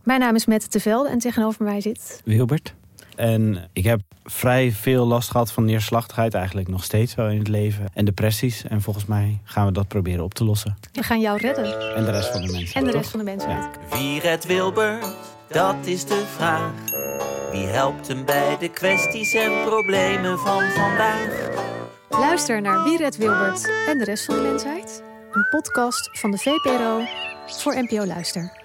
Mijn naam is Mette Tevelde en tegenover mij zit Wilbert. En ik heb vrij veel last gehad van neerslachtigheid, eigenlijk nog steeds wel in het leven. En depressies. En volgens mij gaan we dat proberen op te lossen. We gaan jou redden. En de rest van de mensen. En de rest van de mensen. Ja. Wie redt Wilbert? Dat is de vraag. Wie helpt hem bij de kwesties en problemen van vandaag? Luister naar Wie redt Wilbert en de rest van de mensheid. Een podcast van de VPRO voor NPO Luister.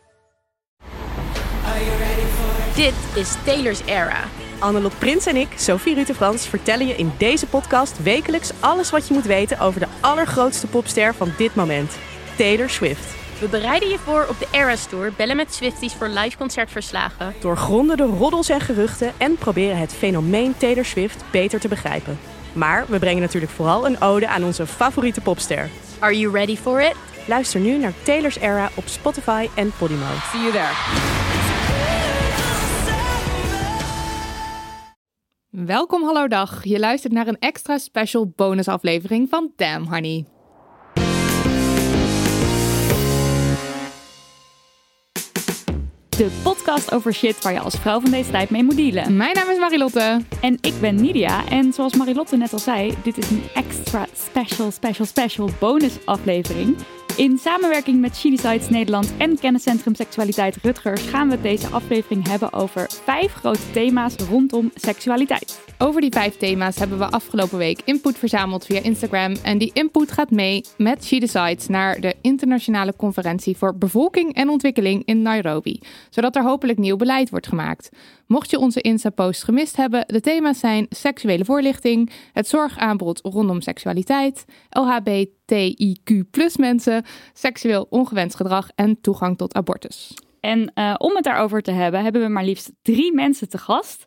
Dit is Taylor's Era. Annelot Prins en ik, Sophie Rutte-Frans, vertellen je in deze podcast wekelijks alles wat je moet weten over de allergrootste popster van dit moment, Taylor Swift. We bereiden je voor op de Eras Tour, bellen met Swifties voor live concertverslagen. Doorgronden de roddels en geruchten en proberen het fenomeen Taylor Swift beter te begrijpen. Maar we brengen natuurlijk vooral een ode aan onze favoriete popster. Are you ready for it? Luister nu naar Taylor's Era op Spotify en Podimo. See you there. Welkom, hallo dag. Je luistert naar een extra special bonusaflevering van Damn Honey. De podcast over shit waar je als vrouw van deze tijd mee moet dealen. Mijn naam is Marilotte. En ik ben Nidia. En zoals Marilotte net al zei, dit is een extra special bonusaflevering. In samenwerking met She Decides Nederland en Kenniscentrum Seksualiteit Rutgers gaan we deze aflevering hebben over 5 grote thema's rondom seksualiteit. Over die 5 thema's hebben we afgelopen week input verzameld via Instagram. En die input gaat mee met She Decides naar de internationale conferentie voor bevolking en ontwikkeling in Nairobi. Zodat er hopelijk nieuw beleid wordt gemaakt. Mocht je onze Insta-post gemist hebben, de thema's zijn seksuele voorlichting, het zorgaanbod rondom seksualiteit, LHBTIQ+ mensen, seksueel ongewenst gedrag en toegang tot abortus. En om het daarover te hebben, hebben we maar liefst 3 mensen te gast.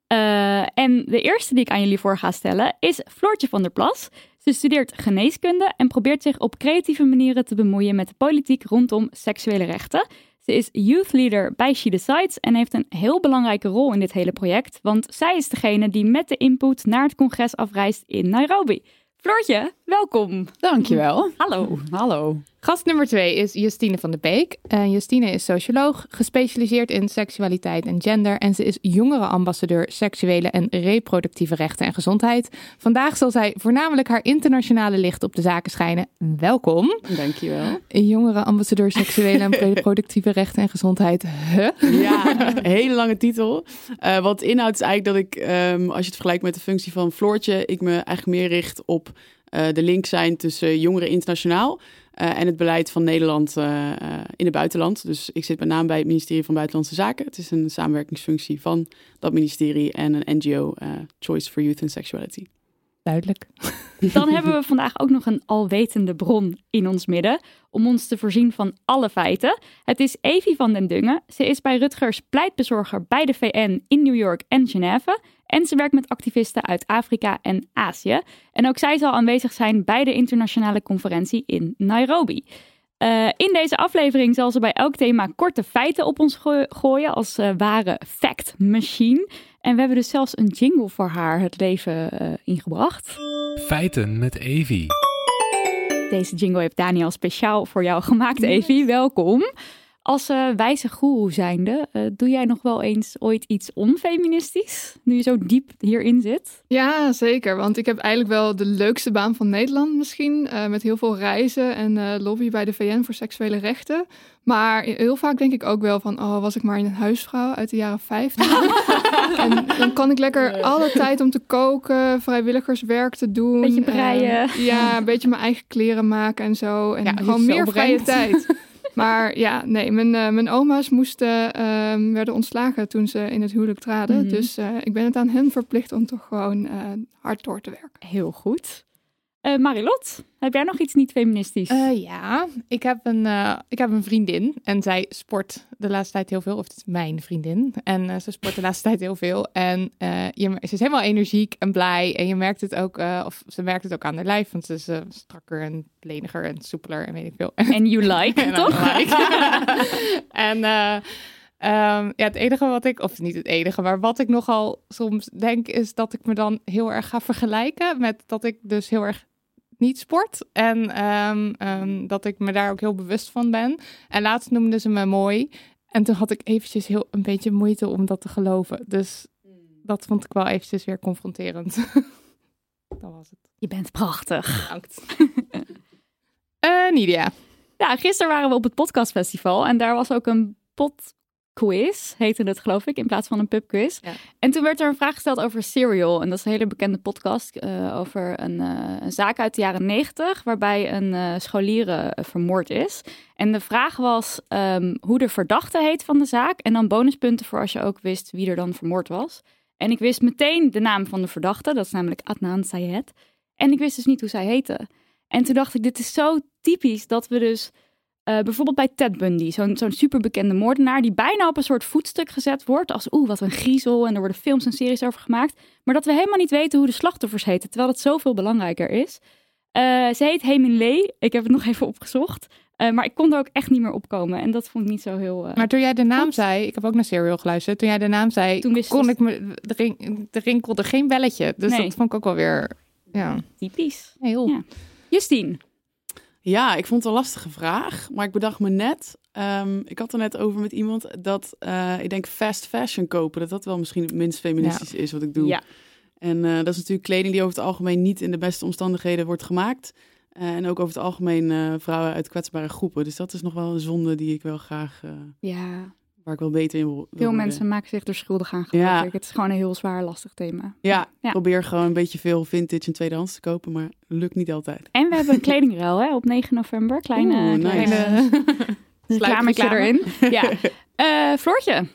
En de eerste die ik aan jullie voor ga stellen is Floortje van der Plas. Ze studeert geneeskunde en probeert zich op creatieve manieren te bemoeien met de politiek rondom seksuele rechten. Ze is youth leader bij She Decides en heeft een heel belangrijke rol in dit hele project, want zij is degene die met de input naar het congres afreist in Nairobi. Floortje, welkom. Dankjewel. Hallo. Gast nummer 2 is Justine van de Beek. Justine is socioloog, gespecialiseerd in seksualiteit en gender. En ze is jongerenambassadeur seksuele en reproductieve rechten en gezondheid. Vandaag zal zij voornamelijk haar internationale licht op de zaken schijnen. Welkom. Dankjewel. Jongerenambassadeur seksuele en reproductieve rechten en gezondheid. Ja, een hele lange titel. Wat inhoudt is eigenlijk dat ik, als je het vergelijkt met de functie van Floortje, ik me eigenlijk meer richt op de link zijn tussen jongeren internationaal en het beleid van Nederland in het buitenland. Dus ik zit met name bij het ministerie van Buitenlandse Zaken. Het is een samenwerkingsfunctie van dat ministerie en een NGO, Choice for Youth and Sexuality. Duidelijk. Dan hebben we vandaag ook nog een alwetende bron in ons midden om ons te voorzien van alle feiten. Het is Evie van den Dungen. Ze is bij Rutgers pleitbezorger bij de VN in New York en Genève. En ze werkt met activisten uit Afrika en Azië. En ook zij zal aanwezig zijn bij de internationale conferentie in Nairobi. In deze aflevering zal ze bij elk thema korte feiten op ons gooien als ware fact machine. En we hebben dus zelfs een jingle voor haar het leven ingebracht. Feiten met Evie. Deze jingle heeft Daniel speciaal voor jou gemaakt, Evie. Welkom. Als wijze goeroe zijnde, doe jij nog wel eens ooit iets onfeministisch? Nu je zo diep hierin zit? Ja, zeker. Want ik heb eigenlijk wel de leukste baan van Nederland misschien. Met heel veel reizen en lobby bij de VN voor seksuele rechten. Maar heel vaak denk ik ook wel van, was ik maar een huisvrouw uit de jaren 50. En dan kan ik lekker alle tijd om te koken, vrijwilligerswerk te doen. Beetje breien. Ja, een beetje mijn eigen kleren maken en zo. En gewoon meer vrije tijd. Maar ja, nee, mijn oma's werden ontslagen toen ze in het huwelijk traden. Mm-hmm. Dus ik ben het aan hen verplicht om toch gewoon hard door te werken. Heel goed. Marilot, heb jij nog iets niet feministisch? Ja, ik heb een vriendin en zij sport de laatste tijd heel veel. Of het is mijn vriendin. En ze sport de laatste tijd heel veel. En ze is helemaal energiek en blij. En je merkt het ook, of ze merkt het ook aan haar lijf. Want ze is strakker en leniger en soepeler en weet ik veel. En you like, en toch? En het enige wat ik, of niet het enige, maar wat ik nogal soms denk, is dat ik me dan heel erg ga vergelijken met dat ik dus heel erg niet sport. En dat ik me daar ook heel bewust van ben. En laatst noemden ze me mooi. En toen had ik eventjes een beetje moeite om dat te geloven. Dus dat vond ik wel eventjes weer confronterend. Dat was het. Je bent prachtig. Bedankt. Nidia. Ja, gisteren waren we op het podcastfestival en daar was ook een podquiz, heette het geloof ik, in plaats van een pubquiz. Ja. En toen werd er een vraag gesteld over Serial. En dat is een hele bekende podcast over een zaak uit de jaren 90, waarbij een scholier vermoord is. En de vraag was hoe de verdachte heet van de zaak. En dan bonuspunten voor als je ook wist wie er dan vermoord was. En ik wist meteen de naam van de verdachte, dat is namelijk Adnan Syed. En ik wist dus niet hoe zij heette. En toen dacht ik, dit is zo typisch dat we dus bijvoorbeeld bij Ted Bundy, zo'n superbekende moordenaar die bijna op een soort voetstuk gezet wordt als wat een griezel en er worden films en series over gemaakt. Maar dat we helemaal niet weten hoe de slachtoffers heten, terwijl het zoveel belangrijker is. Ze heet Heymin Lee. Ik heb het nog even opgezocht. Maar ik kon er ook echt niet meer opkomen. En dat vond ik niet zo heel... Maar toen jij de naam zei... Ik heb ook naar Serial geluisterd. Toen jij de naam zei... Toen kon ik me... Er rinkelde geen belletje. Dus dat vond ik ook wel weer... Ja. Typisch. Heel. Ja. Justine. Ja, ik vond het een lastige vraag. Maar ik bedacht me net... ik had er net over met iemand dat... ik denk fast fashion kopen... dat wel misschien het minst feministisch is wat ik doe. Ja. En dat is natuurlijk kleding die over het algemeen niet in de beste omstandigheden wordt gemaakt. En ook over het algemeen vrouwen uit kwetsbare groepen. Dus dat is nog wel een zonde die ik wel graag... waar ik wel beter in wil Veel mensen maken zich er schuldig aan, geloof ik. Het is gewoon een heel zwaar, lastig thema. Ja, probeer gewoon een beetje veel vintage en tweedehands te kopen, maar lukt niet altijd. En we hebben een kledingruil op 9 november. Kleine reclametje erin. Ja. Floortje.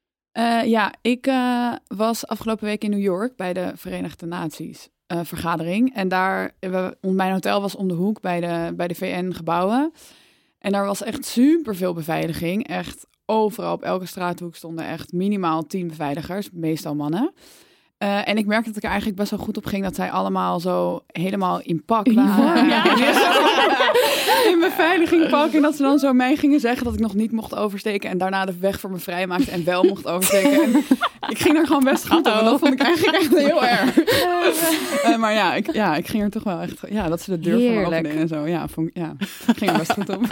Ik was afgelopen week in New York bij de Verenigde Naties vergadering. En daar, mijn hotel was om de hoek bij de VN-gebouwen. En daar was echt super veel beveiliging. Echt overal op elke straathoek stonden echt minimaal 10 beveiligers, meestal mannen. En ik merkte dat ik er eigenlijk best wel goed op ging dat zij allemaal zo helemaal in pak waren. Ja. In beveiliging pak. En dat ze dan zo mij gingen zeggen dat ik nog niet mocht oversteken. En daarna de weg voor me vrijmaakte en wel mocht oversteken. En ik ging er gewoon best goed op. En dat vond ik eigenlijk echt heel erg. Maar ik ging er toch wel echt... Ja, dat ze de deur voor me openden en zo. Ja, ging er best goed op.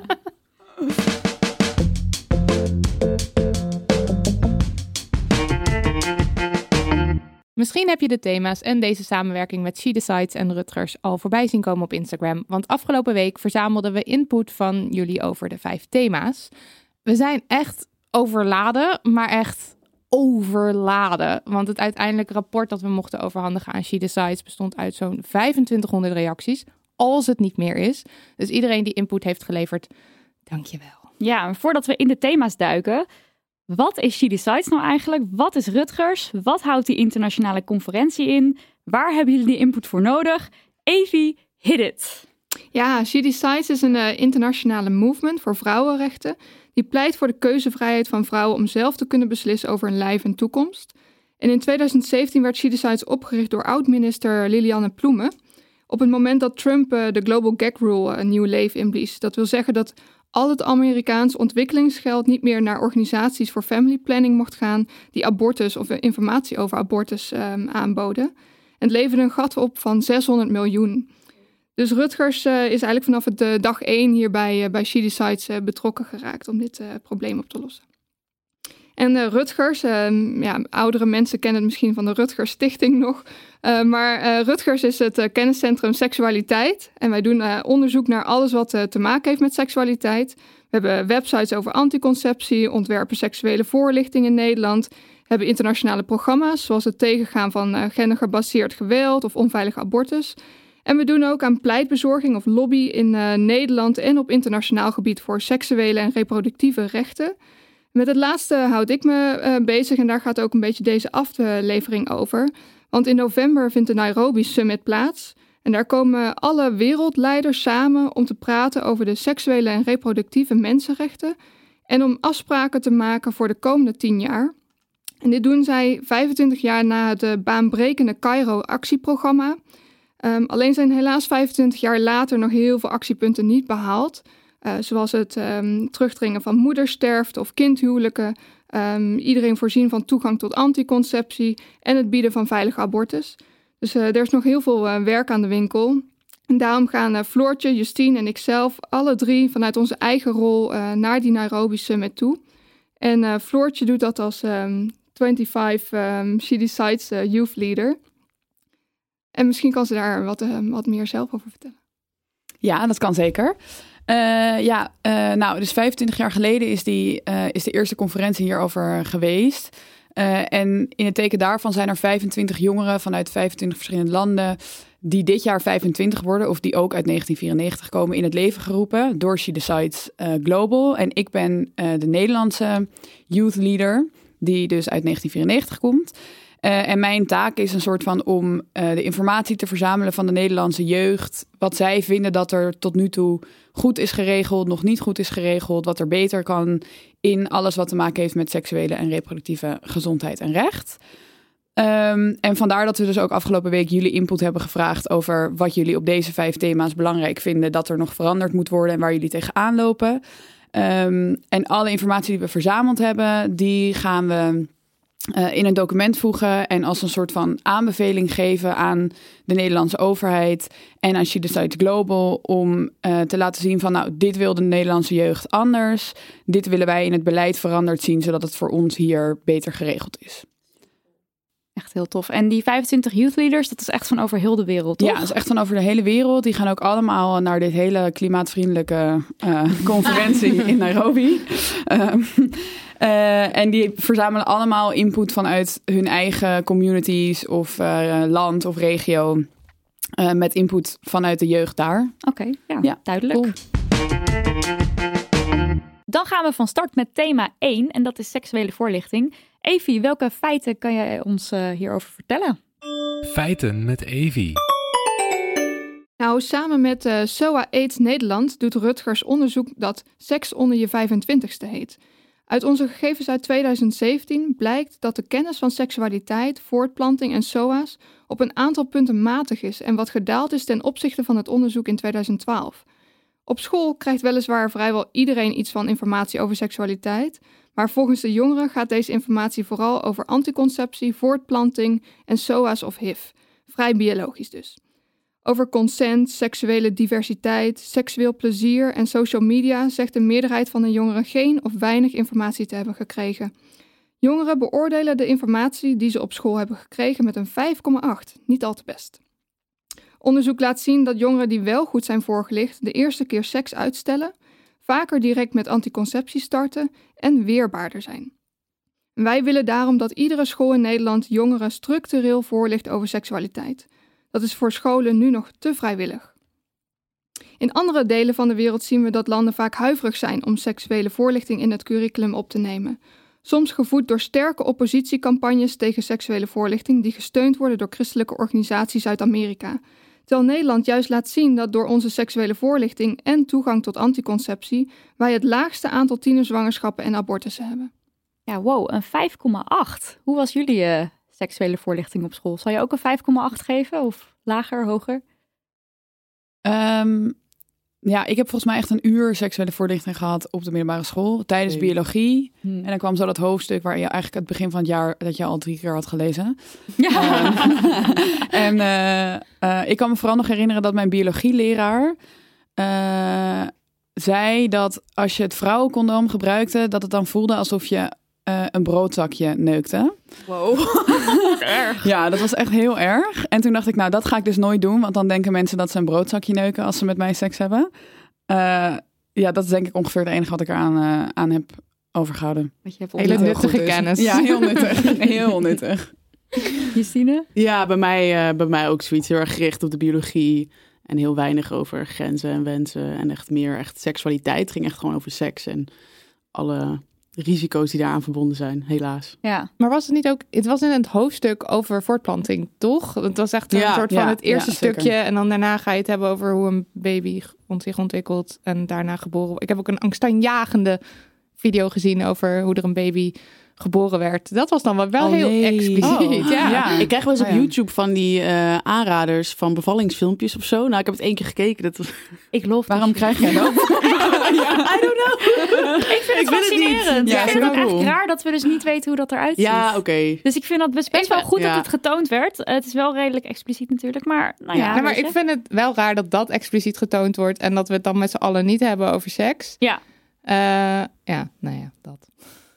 Misschien heb je de thema's en deze samenwerking met She Decides en Rutgers al voorbij zien komen op Instagram. Want afgelopen week verzamelden we input van jullie over de 5 thema's. We zijn echt overladen, maar echt overladen. Want het uiteindelijke rapport dat we mochten overhandigen aan She Decides bestond uit zo'n 2500 reacties. Als het niet meer is. Dus iedereen die input heeft geleverd, dankjewel. Ja, voordat we in de thema's duiken... Wat is She Decides nou eigenlijk? Wat is Rutgers? Wat houdt die internationale conferentie in? Waar hebben jullie die input voor nodig? Evie, hit it! Ja, She Decides is een internationale movement voor vrouwenrechten. Die pleit voor de keuzevrijheid van vrouwen om zelf te kunnen beslissen over hun lijf en toekomst. En in 2017 werd She Decides opgericht door oud-minister Lilianne Ploemen. Op het moment dat Trump de Global Gag Rule een nieuw leven inblies. Dat wil zeggen dat al het Amerikaans ontwikkelingsgeld niet meer naar organisaties voor family planning mocht gaan die abortus of informatie over abortus aanboden. En het leverde een gat op van 600 miljoen. Dus Rutgers is eigenlijk vanaf de dag 1 hier bij She Decides betrokken geraakt om dit probleem op te lossen. En Rutgers, oudere mensen kennen het misschien van de Rutgers Stichting nog. Maar Rutgers is het kenniscentrum seksualiteit. En wij doen onderzoek naar alles wat te maken heeft met seksualiteit. We hebben websites over anticonceptie, ontwerpen seksuele voorlichting in Nederland. We hebben internationale programma's, zoals het tegengaan van gendergebaseerd geweld of onveilige abortus. En we doen ook aan pleitbezorging of lobby in Nederland en op internationaal gebied voor seksuele en reproductieve rechten. Met het laatste houd ik me bezig en daar gaat ook een beetje deze aflevering over. Want in november vindt de Nairobi Summit plaats. En daar komen alle wereldleiders samen om te praten over de seksuele en reproductieve mensenrechten. En om afspraken te maken voor de komende 10 jaar. En dit doen zij 25 jaar na het baanbrekende Cairo-actieprogramma. Alleen zijn helaas 25 jaar later nog heel veel actiepunten niet behaald. Zoals het terugdringen van moedersterfte of kindhuwelijken, iedereen voorzien van toegang tot anticonceptie en het bieden van veilige abortus. Dus er is nog heel veel werk aan de winkel. En daarom gaan Floortje, Justine en ikzelf alle 3 vanuit onze eigen rol naar die Nairobi Summit toe. En Floortje doet dat als 25 She Decides Youth Leader. En misschien kan ze daar wat meer zelf over vertellen. Ja, dat kan zeker. Dus 25 jaar geleden is de eerste conferentie hierover geweest. En in het teken daarvan zijn er 25 jongeren vanuit 25 verschillende landen die dit jaar 25 worden of die ook uit 1994 komen in het leven geroepen door She Decides Global. En ik ben de Nederlandse youth leader die dus uit 1994 komt. En mijn taak is een soort van om de informatie te verzamelen van de Nederlandse jeugd. Wat zij vinden dat er tot nu toe goed is geregeld, nog niet goed is geregeld. Wat er beter kan in alles wat te maken heeft met seksuele en reproductieve gezondheid en recht. En vandaar dat we dus ook afgelopen week jullie input hebben gevraagd over wat jullie op deze 5 thema's belangrijk vinden. Dat er nog veranderd moet worden en waar jullie tegenaan lopen. En alle informatie die we verzameld hebben, die gaan we in een document voegen en als een soort van aanbeveling geven aan de Nederlandse overheid en aan She Decides Global om te laten zien van dit wil de Nederlandse jeugd anders. Dit willen wij in het beleid veranderd zien, zodat het voor ons hier beter geregeld is. Echt heel tof. En die 25 youth leaders, dat is echt van over heel de wereld, toch? Ja, dat is echt van over de hele wereld. Die gaan ook allemaal naar dit hele klimaatvriendelijke conferentie in Nairobi. En die verzamelen allemaal input vanuit hun eigen communities of land of regio. Met input vanuit de jeugd daar. Oké, ja, duidelijk. Cool. Dan gaan we van start met thema 1 en dat is seksuele voorlichting. Evie, welke feiten kan jij ons hierover vertellen? Feiten met Evie. Nou, samen met SOA AIDS Nederland doet Rutgers onderzoek dat seks onder je 25ste heet. Uit onze gegevens uit 2017 blijkt dat de kennis van seksualiteit, voortplanting en SOA's op een aantal punten matig is en wat gedaald is ten opzichte van het onderzoek in 2012. Op school krijgt weliswaar vrijwel iedereen iets van informatie over seksualiteit, maar volgens de jongeren gaat deze informatie vooral over anticonceptie, voortplanting en SOA's of HIV. Vrij biologisch dus. Over consent, seksuele diversiteit, seksueel plezier en social media zegt de meerderheid van de jongeren geen of weinig informatie te hebben gekregen. Jongeren beoordelen de informatie die ze op school hebben gekregen met een 5,8, niet al te best. Onderzoek laat zien dat jongeren die wel goed zijn voorgelicht de eerste keer seks uitstellen, vaker direct met anticonceptie starten en weerbaarder zijn. Wij willen daarom dat iedere school in Nederland jongeren structureel voorlicht over seksualiteit. Dat is voor scholen nu nog te vrijwillig. In andere delen van de wereld zien we dat landen vaak huiverig zijn om seksuele voorlichting in het curriculum op te nemen. Soms gevoed door sterke oppositiecampagnes tegen seksuele voorlichting die gesteund worden door christelijke organisaties uit Amerika. Terwijl Nederland juist laat zien dat door onze seksuele voorlichting en toegang tot anticonceptie wij het laagste aantal tienerzwangerschappen en abortussen hebben. Ja, wow, een 5,8. Hoe was jullie seksuele voorlichting op school? Zal je ook een 5,8 geven of lager, hoger? Ja, ik heb volgens mij echt een uur seksuele voorlichting gehad op de middelbare school tijdens biologie. En dan kwam zo dat hoofdstuk waar je eigenlijk het begin van het jaar dat je al 3 keer had gelezen. Ja. Ik kan me vooral nog herinneren dat mijn biologieleraar zei dat als je het vrouwencondoom gebruikte, dat het dan voelde alsof je een broodzakje neukte. Wow. Erg. Ja, dat was echt heel erg. En toen dacht ik, dat ga ik dus nooit doen. Want dan denken mensen dat ze een broodzakje neuken als ze met mij seks hebben. Dat is denk ik ongeveer het enige wat ik aan heb overgehouden. Hele nuttige kennis. Ja, heel nuttig. Heel nuttig. Justine? Ja, bij mij ook zoiets heel erg gericht op de biologie. En heel weinig over grenzen en wensen. En echt meer seksualiteit. Het ging echt gewoon over seks en alle risico's die daaraan verbonden zijn, helaas. Ja, maar was het niet ook... Het was in het hoofdstuk over voortplanting, toch? Het was echt een soort van het eerste stukje. Zeker. En dan daarna ga je het hebben over hoe een baby zich ontwikkelt en daarna geboren wordt. Ik heb ook een angstaanjagende video gezien over hoe er een baby geboren werd. Dat was dan wel heel expliciet. Ja. Ik krijg wel eens op YouTube van die aanraders van bevallingsfilmpjes of zo. Nou, ik heb het 1 keer gekeken. Dat was... Ik geloof. Waarom krijg jij dat? I don't know. Ik vind het fascinerend. Ja, ik vind het echt raar dat we dus niet weten hoe dat eruit ziet. Ja, oké. Dus ik vind dat best wel goed dat het getoond werd. Het is wel redelijk expliciet natuurlijk, maar maar ik vind het wel raar dat dat expliciet getoond wordt en dat we het dan met z'n allen niet hebben over seks. Ja. Dat.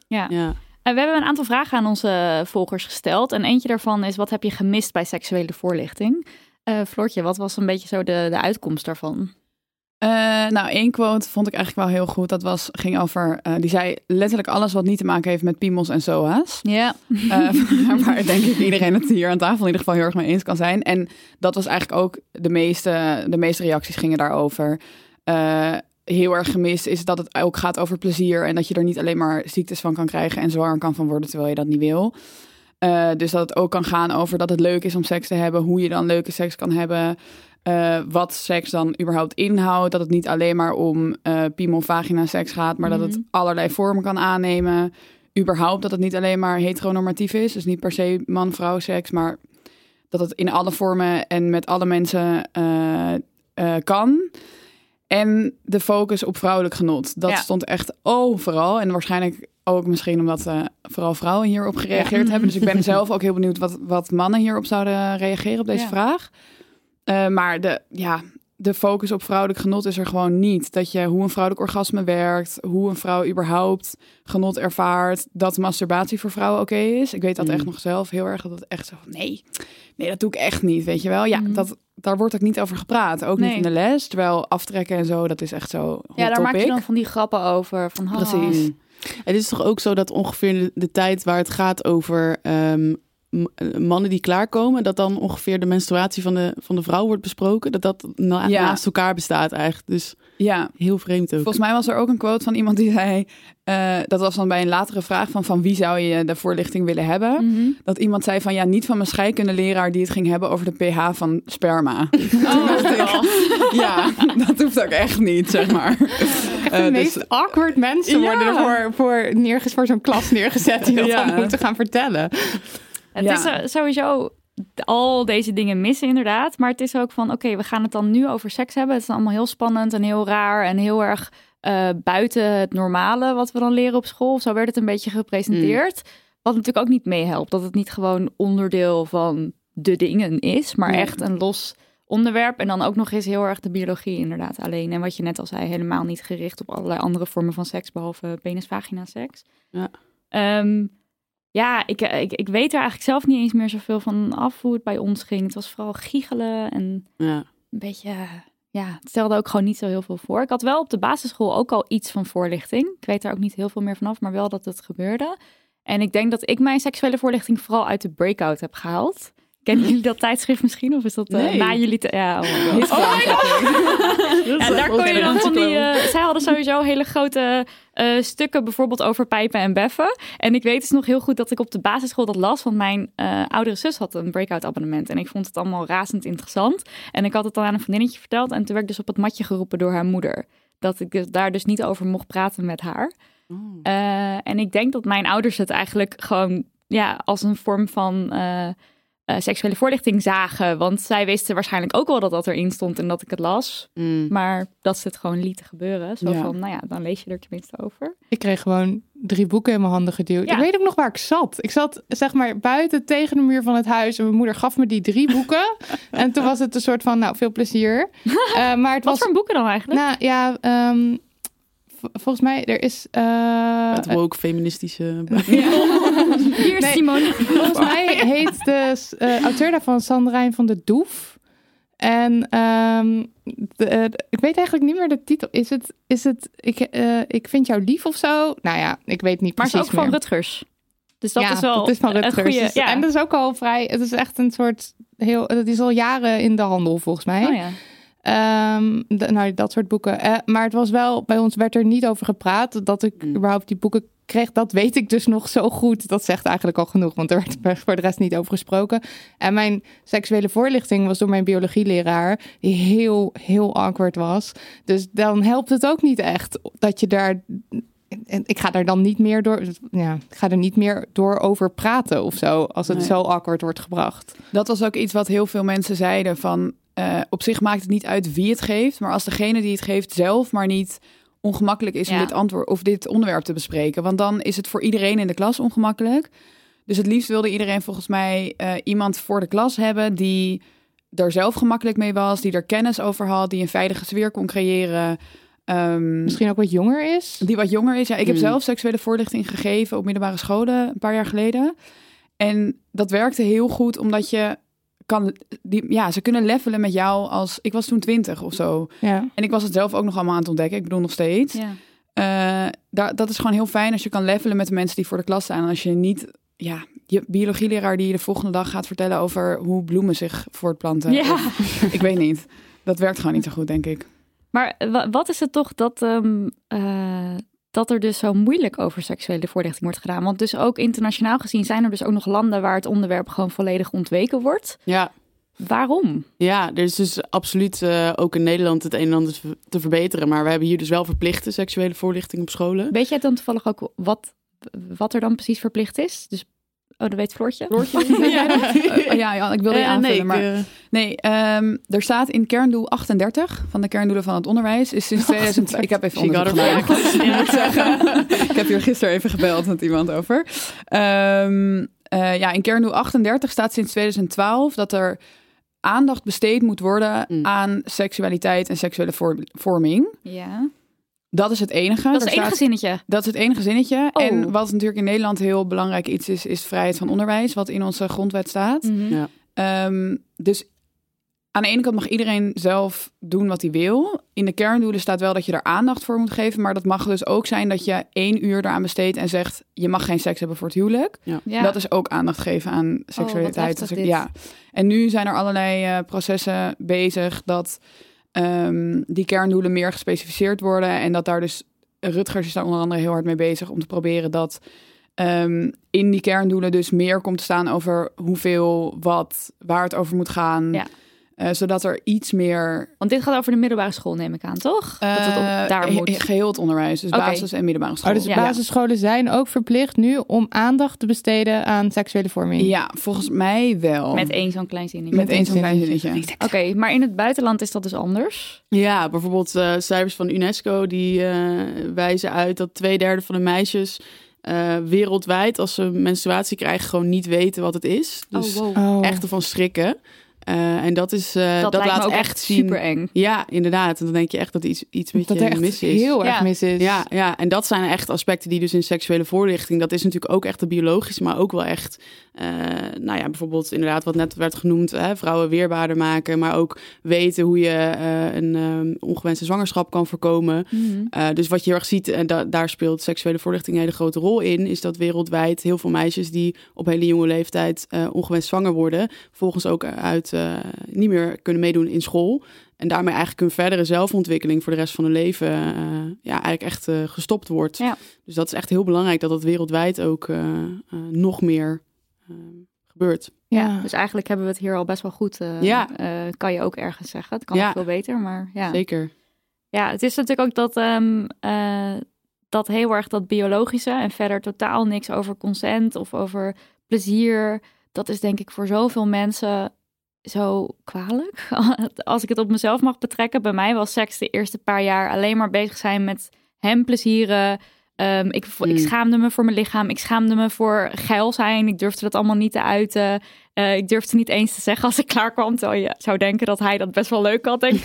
Ja. Ja. We hebben een aantal vragen aan onze volgers gesteld. En eentje daarvan is, wat heb je gemist bij seksuele voorlichting? Floortje, wat was een beetje zo de uitkomst daarvan? Één quote vond ik eigenlijk wel heel goed. Ging over, die zei letterlijk alles wat niet te maken heeft met piemels en SOA's. Ja. Waar denk ik iedereen het hier aan tafel in ieder geval heel erg mee eens kan zijn. En dat was eigenlijk ook de meeste reacties gingen daarover. Heel erg gemist is dat het ook gaat over plezier. En dat je er niet alleen maar ziektes van kan krijgen en zwanger kan van worden terwijl je dat niet wil. Dus dat het ook kan gaan over dat het leuk is om seks te hebben. Hoe je dan leuke seks kan hebben. Wat seks dan überhaupt inhoudt. Dat het niet alleen maar om piemel-vagina seks gaat. Maar dat het allerlei vormen kan aannemen. Überhaupt dat het niet alleen maar heteronormatief is. Dus niet per se man-vrouw seks. Maar dat het in alle vormen en met alle mensen kan. En de focus op vrouwelijk genot. Dat stond echt overal. En waarschijnlijk ook misschien omdat vooral vrouwen hierop gereageerd hebben. Dus ik ben zelf ook heel benieuwd wat mannen hierop zouden reageren op deze vraag. Maar de focus op vrouwelijk genot is er gewoon niet. Dat hoe een vrouwelijk orgasme werkt. Hoe een vrouw überhaupt genot ervaart. Dat masturbatie voor vrouwen oké is. Ik weet dat echt nog zelf heel erg. Dat het echt zo van nee, dat doe ik echt niet. Weet je wel? Ja, daar wordt ook niet over gepraat. Ook niet in de les. Terwijl aftrekken en zo, dat is echt zo hot daar topic. maak je dan van die grappen over. Van, Precies. Het is toch ook zo dat ongeveer de tijd waar het gaat over mannen die klaarkomen, dat dan ongeveer de menstruatie van de vrouw wordt besproken. Dat naast elkaar bestaat eigenlijk. Dus heel vreemd ook. Volgens mij was er ook een quote van iemand die zei, dat was dan bij een latere vraag van wie zou je de voorlichting willen hebben? Mm-hmm. Dat iemand zei van niet van mijn scheikundeleraar die het ging hebben over de pH van sperma. Ja, dat hoeft ook echt niet, zeg maar. De meest awkward mensen worden voor zo'n klas neergezet die dat dan moeten gaan vertellen. Het is sowieso al deze dingen missen inderdaad. Maar het is ook van, oké, we gaan het dan nu over seks hebben. Het is allemaal heel spannend en heel raar en heel erg buiten het normale wat we dan leren op school. Zo werd het een beetje gepresenteerd. Wat natuurlijk ook niet meehelpt. Dat het niet gewoon onderdeel van de dingen is, maar echt een los onderwerp. En dan ook nog eens heel erg de biologie inderdaad alleen. En wat je net al zei, helemaal niet gericht op allerlei andere vormen van seks, behalve penis-vagina seks. Ja. Ik weet er eigenlijk zelf niet eens meer zoveel van af hoe het bij ons ging. Het was vooral giechelen en een beetje, het stelde ook gewoon niet zo heel veel voor. Ik had wel op de basisschool ook al iets van voorlichting. Ik weet daar ook niet heel veel meer vanaf, maar wel dat het gebeurde. En ik denk dat ik mijn seksuele voorlichting vooral uit de Breakout heb gehaald. Kennen jullie dat tijdschrift misschien? Of is dat na jullie... daar kon je dan van die... zij hadden sowieso hele grote stukken bijvoorbeeld over pijpen en beffen. En ik weet dus nog heel goed dat ik op de basisschool dat las. Want mijn oudere zus had een Breakout abonnement. En ik vond het allemaal razend interessant. En ik had het dan aan een vriendinnetje verteld. En toen werd ik dus op het matje geroepen door haar moeder. Dat ik daar dus niet over mocht praten met haar. En ik denk dat mijn ouders het eigenlijk gewoon als een vorm van... seksuele voorlichting zagen. Want zij wisten waarschijnlijk ook wel dat dat erin stond en dat ik het las. Maar dat ze het gewoon lieten gebeuren. Zo van, dan lees je er tenminste over. Ik kreeg gewoon 3 boeken in mijn handen geduwd. Ja. Ik weet ook nog waar ik zat. Ik zat zeg maar buiten tegen de muur van het huis. En mijn moeder gaf me die 3 boeken. En toen was het een soort van, veel plezier. Maar het Wat voor boeken dan eigenlijk? Volgens mij, er is... het woke feministische... Hier, Simone. Volgens mij heet de auteur daarvan Sandrijn van de Doef. En ik weet eigenlijk niet meer de titel. Is het ik vind jou lief of zo? Nou ja, ik weet niet precies Maar het is ook van Rutgers. Dus dat is wel dat is van Rutgers. Goeie, En dat is ook al vrij... Het is echt een soort... Het is al jaren in de handel volgens mij. Oh ja. Dat soort boeken. Maar het was wel, bij ons werd er niet over gepraat. Dat ik überhaupt die boeken kreeg, dat weet ik dus nog zo goed. Dat zegt eigenlijk al genoeg, want er werd voor de rest niet over gesproken. En mijn seksuele voorlichting was door mijn biologieleraar, die heel, heel awkward was. Dus dan helpt het ook niet echt dat je daar... En ik ga daar dan niet meer door... Ja, ik ga er niet meer door over praten of zo, als het zo awkward wordt gebracht. Dat was ook iets wat heel veel mensen zeiden van... op zich maakt het niet uit wie het geeft, maar als degene die het geeft zelf maar niet ongemakkelijk is om dit antwoord of dit onderwerp te bespreken, want dan is het voor iedereen in de klas ongemakkelijk. Dus het liefst wilde iedereen volgens mij iemand voor de klas hebben die er zelf gemakkelijk mee was, die er kennis over had, die een veilige sfeer kon creëren. Misschien ook wat jonger is. Die wat jonger is. Ja, ik heb zelf seksuele voorlichting gegeven op middelbare scholen een paar jaar geleden. En dat werkte heel goed, omdat je ze kunnen levelen met jou ik was toen 20 of zo. Ja. En ik was het zelf ook nog allemaal aan het ontdekken. Ik bedoel nog steeds. Ja. Dat is gewoon heel fijn als je kan levelen met de mensen die voor de klas staan. En als je niet, je biologieleraar die je de volgende dag gaat vertellen over hoe bloemen zich voortplanten. Ja. Ik weet niet. Dat werkt gewoon niet zo goed, denk ik. Maar wat is het toch dat er dus zo moeilijk over seksuele voorlichting wordt gedaan? Want dus ook internationaal gezien zijn er dus ook nog landen waar het onderwerp gewoon volledig ontweken wordt. Ja. Waarom? Ja, er is dus absoluut ook in Nederland het een en ander te verbeteren. Maar we hebben hier dus wel verplichte seksuele voorlichting op scholen. Weet jij dan toevallig ook wat er dan precies verplicht is? Dus dat weet Floortje. Ik wilde je aanvullen. Er staat in kerndoel 38 van de kerndoelen van het onderwijs. Is sinds 2002. Ik heb even onderzoek gemaakt. Ik heb hier gisteren even gebeld met iemand over. In kerndoel 38 staat sinds 2012 dat er aandacht besteed moet worden aan seksualiteit en seksuele vorming. Ja. Dat is het enige. Dat is het enige zinnetje? Dat is het enige zinnetje. Oh. En wat natuurlijk in Nederland heel belangrijk iets is vrijheid van onderwijs, wat in onze grondwet staat. Mm-hmm. Ja. Dus aan de ene kant mag iedereen zelf doen wat hij wil. In de kerndoelen staat wel dat je er aandacht voor moet geven, maar dat mag dus ook zijn dat je 1 uur eraan besteedt en zegt, je mag geen seks hebben voor het huwelijk. Ja. Ja. Dat is ook aandacht geven aan seksualiteit. En nu zijn er allerlei processen bezig dat die kerndoelen meer gespecificeerd worden. En dat daar dus, Rutgers is daar onder andere heel hard mee bezig om te proberen dat in die kerndoelen dus meer komt te staan over hoeveel, waar het over moet gaan. Ja. Zodat er iets meer... Want dit gaat over de middelbare school, neem ik aan, toch? Dat het daar moet. Geheel het onderwijs, dus basis- en middelbare school. Dus basisscholen zijn ook verplicht nu om aandacht te besteden aan seksuele vorming? Ja, volgens mij wel. Met één zo'n klein zinnetje. Oké, maar in het buitenland is dat dus anders? Ja, bijvoorbeeld cijfers van UNESCO, die wijzen uit dat 2/3 van de meisjes wereldwijd, als ze menstruatie krijgen, gewoon niet weten wat het is. Dus echt ervan schrikken. En dat laat ook echt zien. Super eng. Ja, inderdaad. En dan denk je echt dat iets met je mis is. Heel erg mis is. Ja, en dat zijn echt aspecten die dus in seksuele voorlichting, dat is natuurlijk ook echt de biologische, maar ook wel echt, bijvoorbeeld inderdaad wat net werd genoemd, vrouwen weerbaarder maken, maar ook weten hoe je een ongewenste zwangerschap kan voorkomen. Mm-hmm. Dus wat je heel erg ziet, en daar speelt seksuele voorlichting een hele grote rol in, is dat wereldwijd heel veel meisjes die op hele jonge leeftijd ongewenst zwanger worden, volgens ook niet meer kunnen meedoen in school. En daarmee eigenlijk hun verdere zelfontwikkeling voor de rest van hun leven eigenlijk echt gestopt wordt. Ja. Dus dat is echt heel belangrijk dat dat wereldwijd ook nog meer gebeurt. Ja, dus eigenlijk hebben we het hier al best wel goed. Kan je ook ergens zeggen. Het kan nog veel beter, maar ja. Zeker. Ja, het is natuurlijk ook dat heel erg dat biologische en verder totaal niks over consent of over plezier. Dat is denk ik voor zoveel mensen zo kwalijk. Als ik het op mezelf mag betrekken. Bij mij was seks de eerste paar jaar alleen maar bezig zijn met hem plezieren. Ik schaamde me voor mijn lichaam. Ik schaamde me voor geil zijn. Ik durfde dat allemaal niet te uiten. Ik durfde niet eens te zeggen als ik klaar kwam. Terwijl je zou denken dat hij dat best wel leuk had. Denk ik.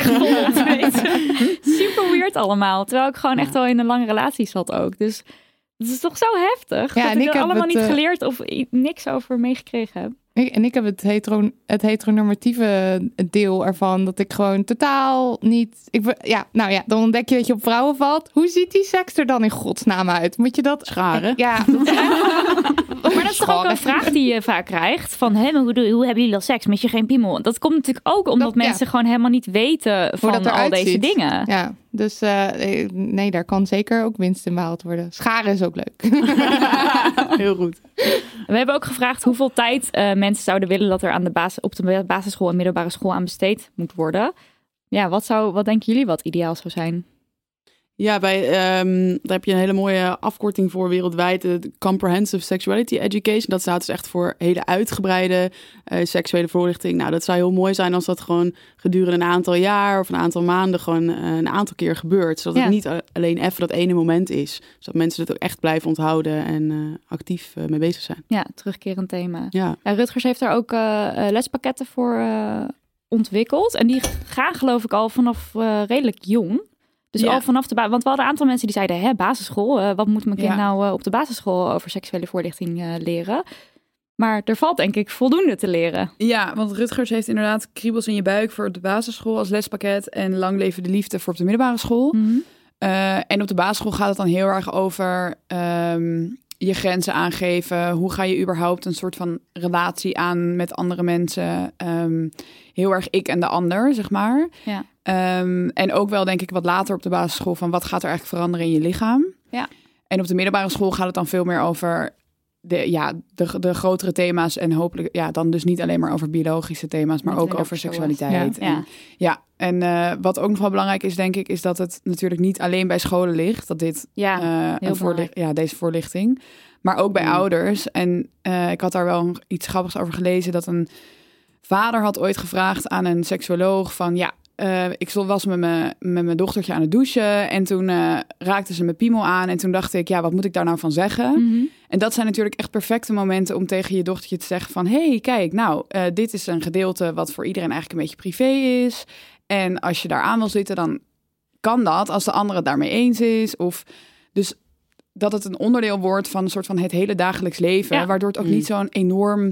Super weird allemaal. Terwijl ik gewoon echt wel in een lange relatie zat ook. Dus het is toch zo heftig. Ja, dat ik er allemaal niet geleerd of niks over meegekregen heb. Ik heb het heteronormatieve deel ervan, dat ik gewoon totaal niet... dan ontdek je dat je op vrouwen valt. Hoe ziet die seks er dan in godsnaam uit? Moet je dat... Scharen? Ja. Maar dat is toch ook een vraag die je vaak krijgt. Van, hoe hebben jullie dan seks? Mis je geen piemel? Dat komt natuurlijk ook omdat mensen gewoon helemaal niet weten van al deze dingen. Ja, dus nee, daar kan zeker ook winst in behaald worden. Scharen is ook leuk. Heel goed. We hebben ook gevraagd hoeveel tijd mensen zouden willen dat er op de basisschool en middelbare school aan besteed moet worden. Ja, wat denken jullie wat ideaal zou zijn? Ja, daar heb je een hele mooie afkorting voor wereldwijd. De Comprehensive Sexuality Education. Dat staat dus echt voor hele uitgebreide seksuele voorlichting. Nou, dat zou heel mooi zijn als dat gewoon gedurende een aantal jaar of een aantal maanden gewoon een aantal keer gebeurt. Zodat het niet alleen even dat ene moment is. Zodat mensen het ook echt blijven onthouden en actief mee bezig zijn. Ja, terugkerend thema. Ja. Rutgers heeft daar ook lespakketten voor ontwikkeld. En die gaan geloof ik al vanaf redelijk jong. Dus al vanaf want we hadden een aantal mensen die zeiden, basisschool, wat moet mijn kind nou op de basisschool over seksuele voorlichting leren? Maar er valt denk ik voldoende te leren. Ja, want Rutgers heeft inderdaad kriebels in je buik voor de basisschool als lespakket en lang leven de liefde voor op de middelbare school. Mm-hmm. En op de basisschool gaat het dan heel erg over je grenzen aangeven. Hoe ga je überhaupt een soort van relatie aan met andere mensen? Heel erg ik en de ander, zeg maar. Ja. En ook wel denk ik wat later op de basisschool van wat gaat er eigenlijk veranderen in je lichaam? Ja. En op de middelbare school gaat het dan veel meer over de grotere thema's en hopelijk dan dus niet alleen maar over biologische thema's, maar ook over seksualiteit. En wat ook nog wel belangrijk is, denk ik, is dat het natuurlijk niet alleen bij scholen ligt, dat dit deze voorlichting, maar ook bij ouders. En ik had daar wel iets grappigs over gelezen, dat een vader had ooit gevraagd aan een seksuoloog van ik was met mijn dochtertje aan het douchen en toen raakte ze mijn piemel aan en toen dacht ik, wat moet ik daar nou van zeggen? Mm-hmm. En dat zijn natuurlijk echt perfecte momenten om tegen je dochtertje te zeggen van, hey, kijk, dit is een gedeelte wat voor iedereen eigenlijk een beetje privé is. En als je daar aan wil zitten, dan kan dat als de andere het daarmee eens is. Of dus dat het een onderdeel wordt van een soort van het hele dagelijks leven, waardoor het ook niet zo'n enorm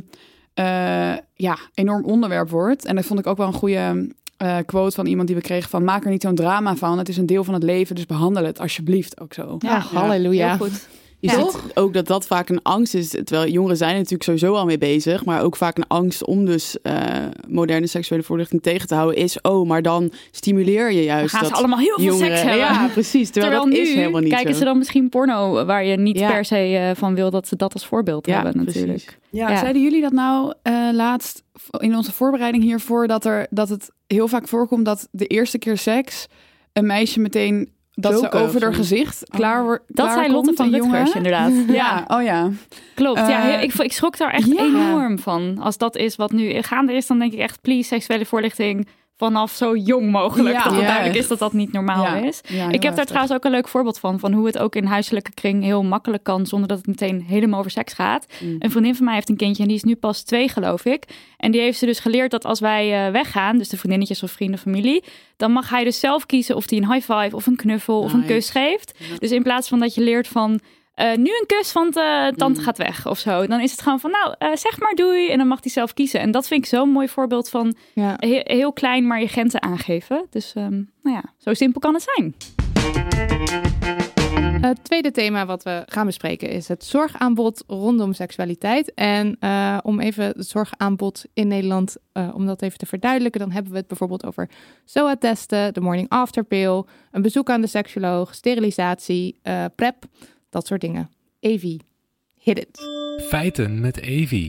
onderwerp wordt. En dat vond ik ook wel een goede quote van iemand die we kregen van, maak er niet zo'n drama van. Het is een deel van het leven, dus behandel het alsjeblieft ook zo. Ja, halleluja. Heel goed. Je ziet ook dat vaak een angst is. Terwijl jongeren zijn er natuurlijk sowieso al mee bezig. Maar ook vaak een angst om dus moderne seksuele voorlichting tegen te houden is, maar dan stimuleer je juist dan gaan dat ze allemaal heel veel seks hebben. Ja, precies. Terwijl dat is helemaal niet kijken zo. ze dan misschien porno waar je niet per se van wil dat ze dat als voorbeeld hebben natuurlijk. Ja, zeiden jullie dat nou laatst in onze voorbereiding hiervoor, dat het heel vaak voorkomt dat de eerste keer seks een meisje meteen dat ze over haar gezicht klaar wordt. Dat zei Lotte van Rutgers inderdaad. Ja. Klopt. Ik schrok daar echt enorm van. Als dat is wat nu gaande is, dan denk ik echt, please, seksuele voorlichting vanaf zo jong mogelijk. Dat het duidelijk is dat dat niet normaal is. Ja, ik heb daar trouwens ook een leuk voorbeeld van hoe het ook in huiselijke kring heel makkelijk kan, zonder dat het meteen helemaal over seks gaat. Een vriendin van mij heeft een kindje en die is nu pas 2, geloof ik. En die heeft ze dus geleerd dat als wij weggaan, dus de vriendinnetjes of vrienden, familie, dan mag hij dus zelf kiezen of hij een high five of een knuffel of een kus geeft. Ja. Dus in plaats van dat je leert van, nu een kus, want tante gaat weg of zo. Dan is het gewoon van, zeg maar doei. En dan mag hij zelf kiezen. En dat vind ik zo'n mooi voorbeeld van heel klein, maar je grenzen aangeven. Dus zo simpel kan het zijn. Het tweede thema wat we gaan bespreken is het zorgaanbod rondom seksualiteit. En om even het zorgaanbod in Nederland, om dat even te verduidelijken, dan hebben we het bijvoorbeeld over SOA-testen, de morning after pill, een bezoek aan de seksuoloog, sterilisatie, PrEP, dat soort dingen. Evie, hit it. Feiten met Evie.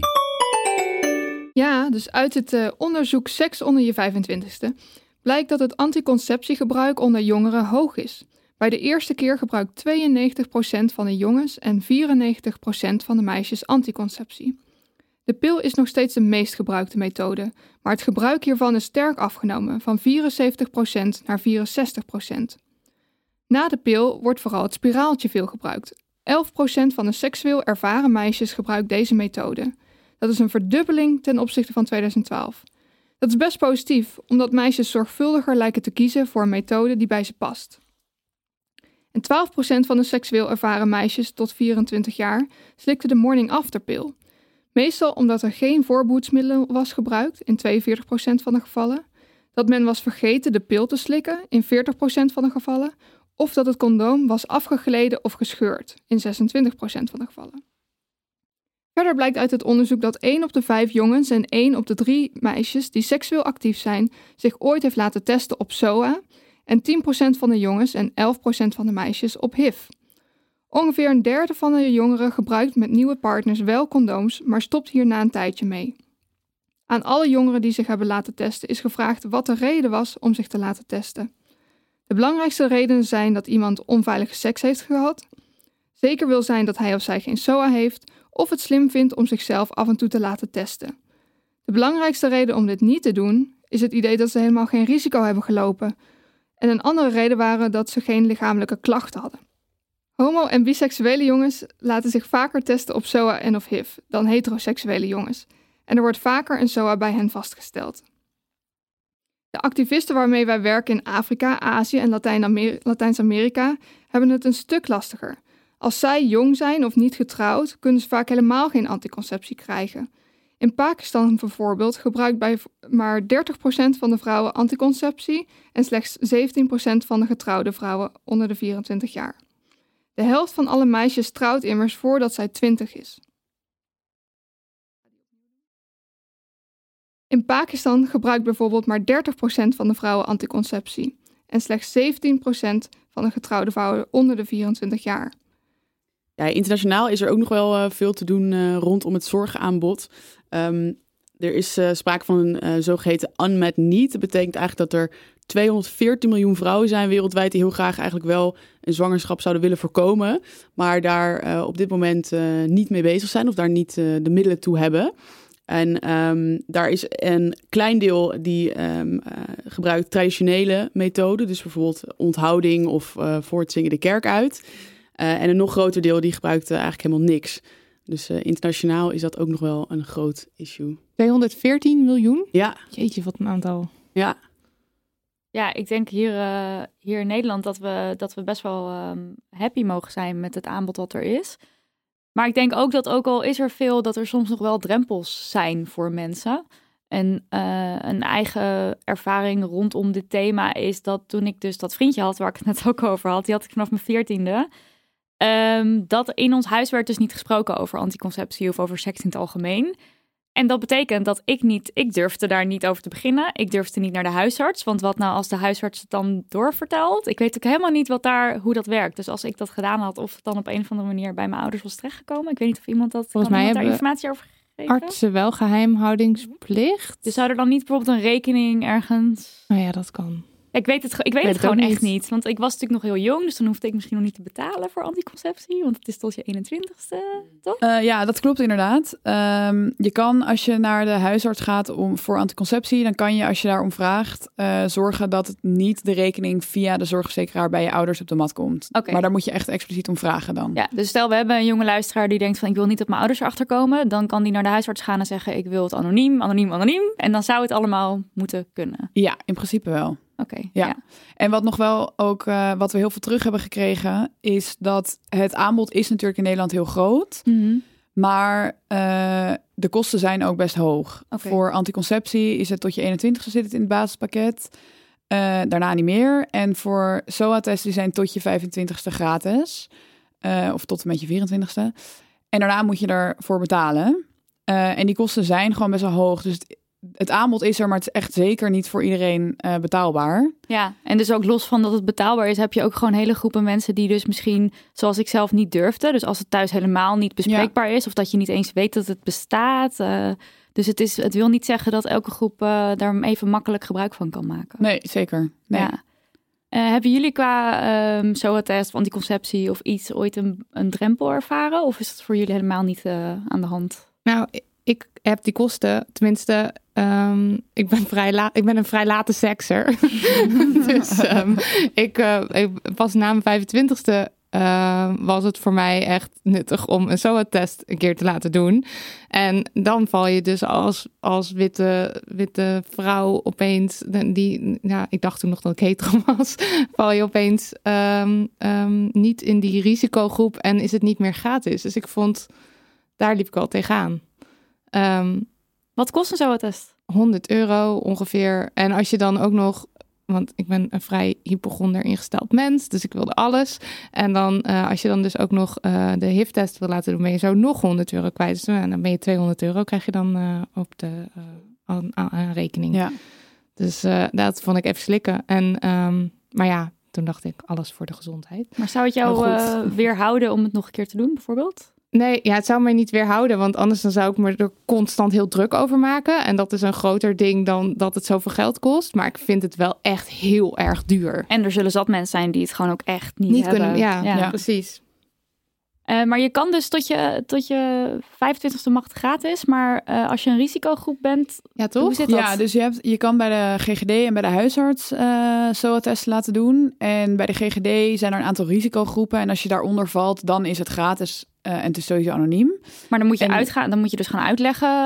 Ja, dus uit het onderzoek Seks onder je 25ste blijkt dat het anticonceptiegebruik onder jongeren hoog is. Bij de eerste keer gebruikt 92% van de jongens en 94% van de meisjes anticonceptie. De pil is nog steeds de meest gebruikte methode, maar het gebruik hiervan is sterk afgenomen, van 74% naar 64%. Na de pil wordt vooral het spiraaltje veel gebruikt. 11% van de seksueel ervaren meisjes gebruikt deze methode. Dat is een verdubbeling ten opzichte van 2012. Dat is best positief, omdat meisjes zorgvuldiger lijken te kiezen voor een methode die bij ze past. En 12% van de seksueel ervaren meisjes tot 24 jaar slikte de morning after pill. Meestal omdat er geen voorbehoedsmiddel was gebruikt in 42% van de gevallen, dat men was vergeten de pil te slikken in 40% van de gevallen, of dat het condoom was afgegleden of gescheurd in 26% van de gevallen. Verder blijkt uit het onderzoek dat 1 op de 5 jongens en 1 op de 3 meisjes die seksueel actief zijn zich ooit heeft laten testen op SOA en 10% van de jongens en 11% van de meisjes op HIV. Ongeveer een derde van de jongeren gebruikt met nieuwe partners wel condooms, maar stopt hier na een tijdje mee. Aan alle jongeren die zich hebben laten testen is gevraagd wat de reden was om zich te laten testen. De belangrijkste redenen zijn dat iemand onveilige seks heeft gehad, zeker wil zijn dat hij of zij geen SOA heeft, of het slim vindt om zichzelf af en toe te laten testen. De belangrijkste reden om dit niet te doen is het idee dat ze helemaal geen risico hebben gelopen. En een andere reden waren dat ze geen lichamelijke klachten hadden. Homo- en biseksuele jongens laten zich vaker testen op SOA en of HIV dan heteroseksuele jongens. En er wordt vaker een SOA bij hen vastgesteld. De activisten waarmee wij werken in Afrika, Azië en Latijns-Amerika hebben het een stuk lastiger. Als zij jong zijn of niet getrouwd, kunnen ze vaak helemaal geen anticonceptie krijgen. In Pakistan bijvoorbeeld gebruikt maar 30% van de vrouwen anticonceptie en slechts 17% van de getrouwde vrouwen onder de 24 jaar. De helft van alle meisjes trouwt immers voordat zij 20 is. In Pakistan gebruikt bijvoorbeeld maar 30% van de vrouwen anticonceptie en slechts 17% van de getrouwde vrouwen onder de 24 jaar. Ja, internationaal is er ook nog wel veel te doen rondom het zorgaanbod. Er is sprake van een zogeheten unmet need. Dat betekent eigenlijk dat er 214 miljoen vrouwen zijn wereldwijd die heel graag eigenlijk wel een zwangerschap zouden willen voorkomen, maar daar op dit moment niet mee bezig zijn of daar niet de middelen toe hebben. En daar is een klein deel die gebruikt traditionele methoden, dus bijvoorbeeld onthouding of voortzingen de kerk uit. En een nog groter deel die gebruikt eigenlijk helemaal niks. Dus internationaal is dat ook nog wel een groot issue. 214 miljoen? Ja. Jeetje, wat een aantal. Ja. Ja, ik denk hier in Nederland dat we best wel happy mogen zijn met het aanbod wat er is. Maar ik denk ook dat ook al is er veel, dat er soms nog wel drempels zijn voor mensen. En een eigen ervaring rondom dit thema is dat toen ik dus dat vriendje had, waar ik het net ook over had, die had ik vanaf mijn 14e. Dat in ons huis werd dus niet gesproken over anticonceptie of over seks in het algemeen. En dat betekent dat ik durfde daar niet over te beginnen. Ik durfde niet naar de huisarts. Want wat nou als de huisarts het dan doorvertelt? Ik weet ook helemaal niet hoe dat werkt. Dus als ik dat gedaan had, of het dan op een of andere manier bij mijn ouders was terechtgekomen. Ik weet niet of iemand dat Volgens mij daar informatie over gegeven. Artsen wel geheimhoudingsplicht. Dus zou er dan niet bijvoorbeeld een rekening ergens? Nou ja, dat kan. Ik weet het gewoon echt niet. Want ik was natuurlijk nog heel jong, dus dan hoefde ik misschien nog niet te betalen voor anticonceptie. Want het is tot je 21ste, toch? Ja, dat klopt inderdaad. Je kan, als je naar de huisarts gaat voor anticonceptie, dan kan je, als je daarom vraagt, zorgen dat het niet de rekening via de zorgverzekeraar bij je ouders op de mat komt. Okay. Maar daar moet je echt expliciet om vragen dan. Ja, dus stel we hebben een jonge luisteraar die denkt van ik wil niet dat mijn ouders erachter komen. Dan kan die naar de huisarts gaan en zeggen ik wil het anoniem. En dan zou het allemaal moeten kunnen. Ja, in principe wel. Oké. Ja. En wat nog wel ook, wat we heel veel terug hebben gekregen, is dat het aanbod is natuurlijk in Nederland heel groot. Mm-hmm. Maar de kosten zijn ook best hoog. Okay. Voor anticonceptie is het tot je 21ste zit het in het basispakket. Daarna niet meer. En voor SOA-tests die zijn tot je 25ste gratis. Of tot en met je 24ste. En daarna moet je ervoor betalen. En die kosten zijn gewoon best wel hoog. Dus het aanbod is er, maar het is echt zeker niet voor iedereen betaalbaar. Ja, en dus ook los van dat het betaalbaar is, heb je ook gewoon hele groepen mensen die dus misschien, zoals ik zelf, niet durfden. Dus als het thuis helemaal niet bespreekbaar is, of dat je niet eens weet dat het bestaat. Dus het wil niet zeggen dat elke groep daar even makkelijk gebruik van kan maken. Nee, zeker. Nee. Ja. Hebben jullie qua SOA-test of anticonceptie of iets ooit een drempel ervaren? Of is het voor jullie helemaal niet aan de hand? Nou, ik heb die kosten, tenminste, ik ben een vrij late sekser. Dus ik pas na mijn 25ste was het voor mij echt nuttig om een SOA-test een keer te laten doen. En dan val je dus als witte vrouw opeens, ik dacht toen nog dat ik hetero was, val je opeens niet in die risicogroep en is het niet meer gratis. Dus ik vond, daar liep ik al tegenaan. Wat kost een SOA-test? €100 ongeveer. En als je dan ook nog, want ik ben een vrij hypochonder ingesteld mens, dus ik wilde alles. En dan als je dan dus ook nog de HIV-test wil laten doen, ben je zo nog €100 kwijt. Dus dan ben je €200 krijg je dan op de aanrekening. Ja. Dus dat vond ik even slikken. En, maar ja, toen dacht ik, alles voor de gezondheid. Maar zou het jou weerhouden om het nog een keer te doen, bijvoorbeeld? Nee, ja, het zou mij niet weerhouden, want anders dan zou ik me er constant heel druk over maken. En dat is een groter ding dan dat het zoveel geld kost. Maar ik vind het wel echt heel erg duur. En er zullen zat mensen zijn die het gewoon ook echt niet hebben. Kunnen, ja, precies. Maar je kan dus tot je 25ste mag het gratis. Maar als je een risicogroep bent, ja, toch? Hoe zit dat? Ja, dus je kan bij de GGD en bij de huisarts SOA-testen laten doen. En bij de GGD zijn er een aantal risicogroepen. En als je daaronder valt, dan is het gratis. En het is sowieso anoniem. Maar dan moet je dan moet je dus gaan uitleggen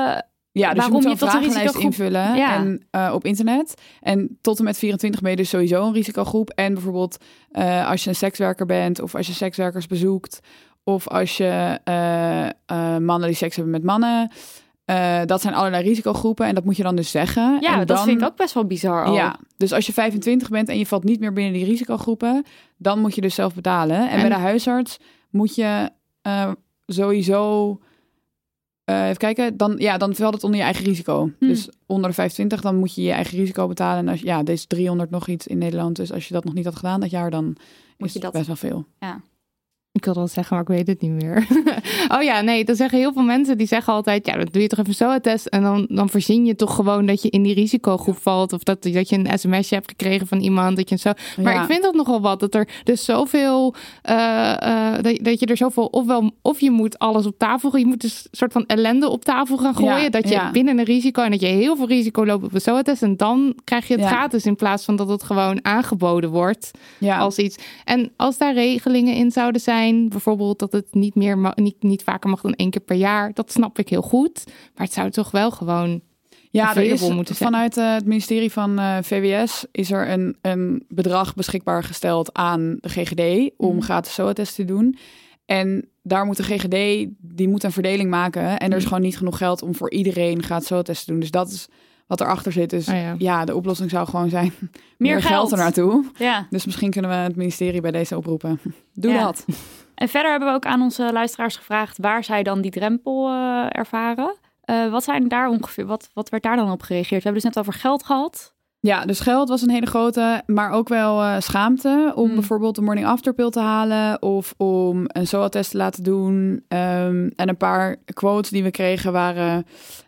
Ja, dus waarom je je moet tot zo'n een vragenlijst risicogroep... invullen en, op internet. En tot en met 24 ben je dus sowieso een risicogroep. En bijvoorbeeld als je een sekswerker bent of als je sekswerkers bezoekt... of als je mannen die seks hebben met mannen... dat zijn allerlei risicogroepen en dat moet je dan dus zeggen. Ja, en dat vind ik ook best wel bizar al. Ja, dus als je 25 bent en je valt niet meer binnen die risicogroepen... dan moet je dus zelf betalen. En bij de huisarts moet je sowieso... even kijken, dan valt het onder je eigen risico. Dus onder de 25, dan moet je je eigen risico betalen. En als dit is 300 nog iets in Nederland. Dus als je dat nog niet had gedaan dat jaar, dan is het best wel veel. Ja. Ik wilde dat zeggen, maar ik weet het niet meer. Oh ja, nee, dan zeggen heel veel mensen, die zeggen altijd... ja, dan doe je toch even zo een test... en dan verzin je toch gewoon dat je in die risicogroep valt... of dat je een sms'je hebt gekregen van iemand, dat je zo... Maar ik vind dat nogal wat, dat er dus zoveel... dat je er zoveel... of je moet alles op tafel... je moet dus een soort van ellende op tafel gaan gooien... dat je binnen een risico... en dat je heel veel risico loopt op een SOA-test... en dan krijg je het gratis... in plaats van dat het gewoon aangeboden wordt als iets. En als daar regelingen in zouden zijn... bijvoorbeeld dat het niet vaker mag dan 1 keer per jaar. Dat snap ik heel goed. Maar het zou toch wel gewoon available moeten zijn. Vanuit het ministerie van VWS is er een bedrag beschikbaar gesteld aan de GGD om gratis SOA-test te doen. En daar moet de GGD, die moet een verdeling maken. En er is gewoon niet genoeg geld om voor iedereen gratis SOA-test te doen. Dus dat is wat erachter zit. Dus de oplossing zou gewoon zijn meer geld er naartoe. Ja. Dus misschien kunnen we het ministerie bij deze oproepen. Doe dat. En verder hebben we ook aan onze luisteraars gevraagd waar zij dan die drempel ervaren. Wat zijn daar ongeveer? Wat werd daar dan op gereageerd? We hebben dus net over geld gehad. Ja, dus geld was een hele grote, maar ook wel schaamte om bijvoorbeeld een morning after pill te halen of om een SOA-test te laten doen. En een paar quotes die we kregen waren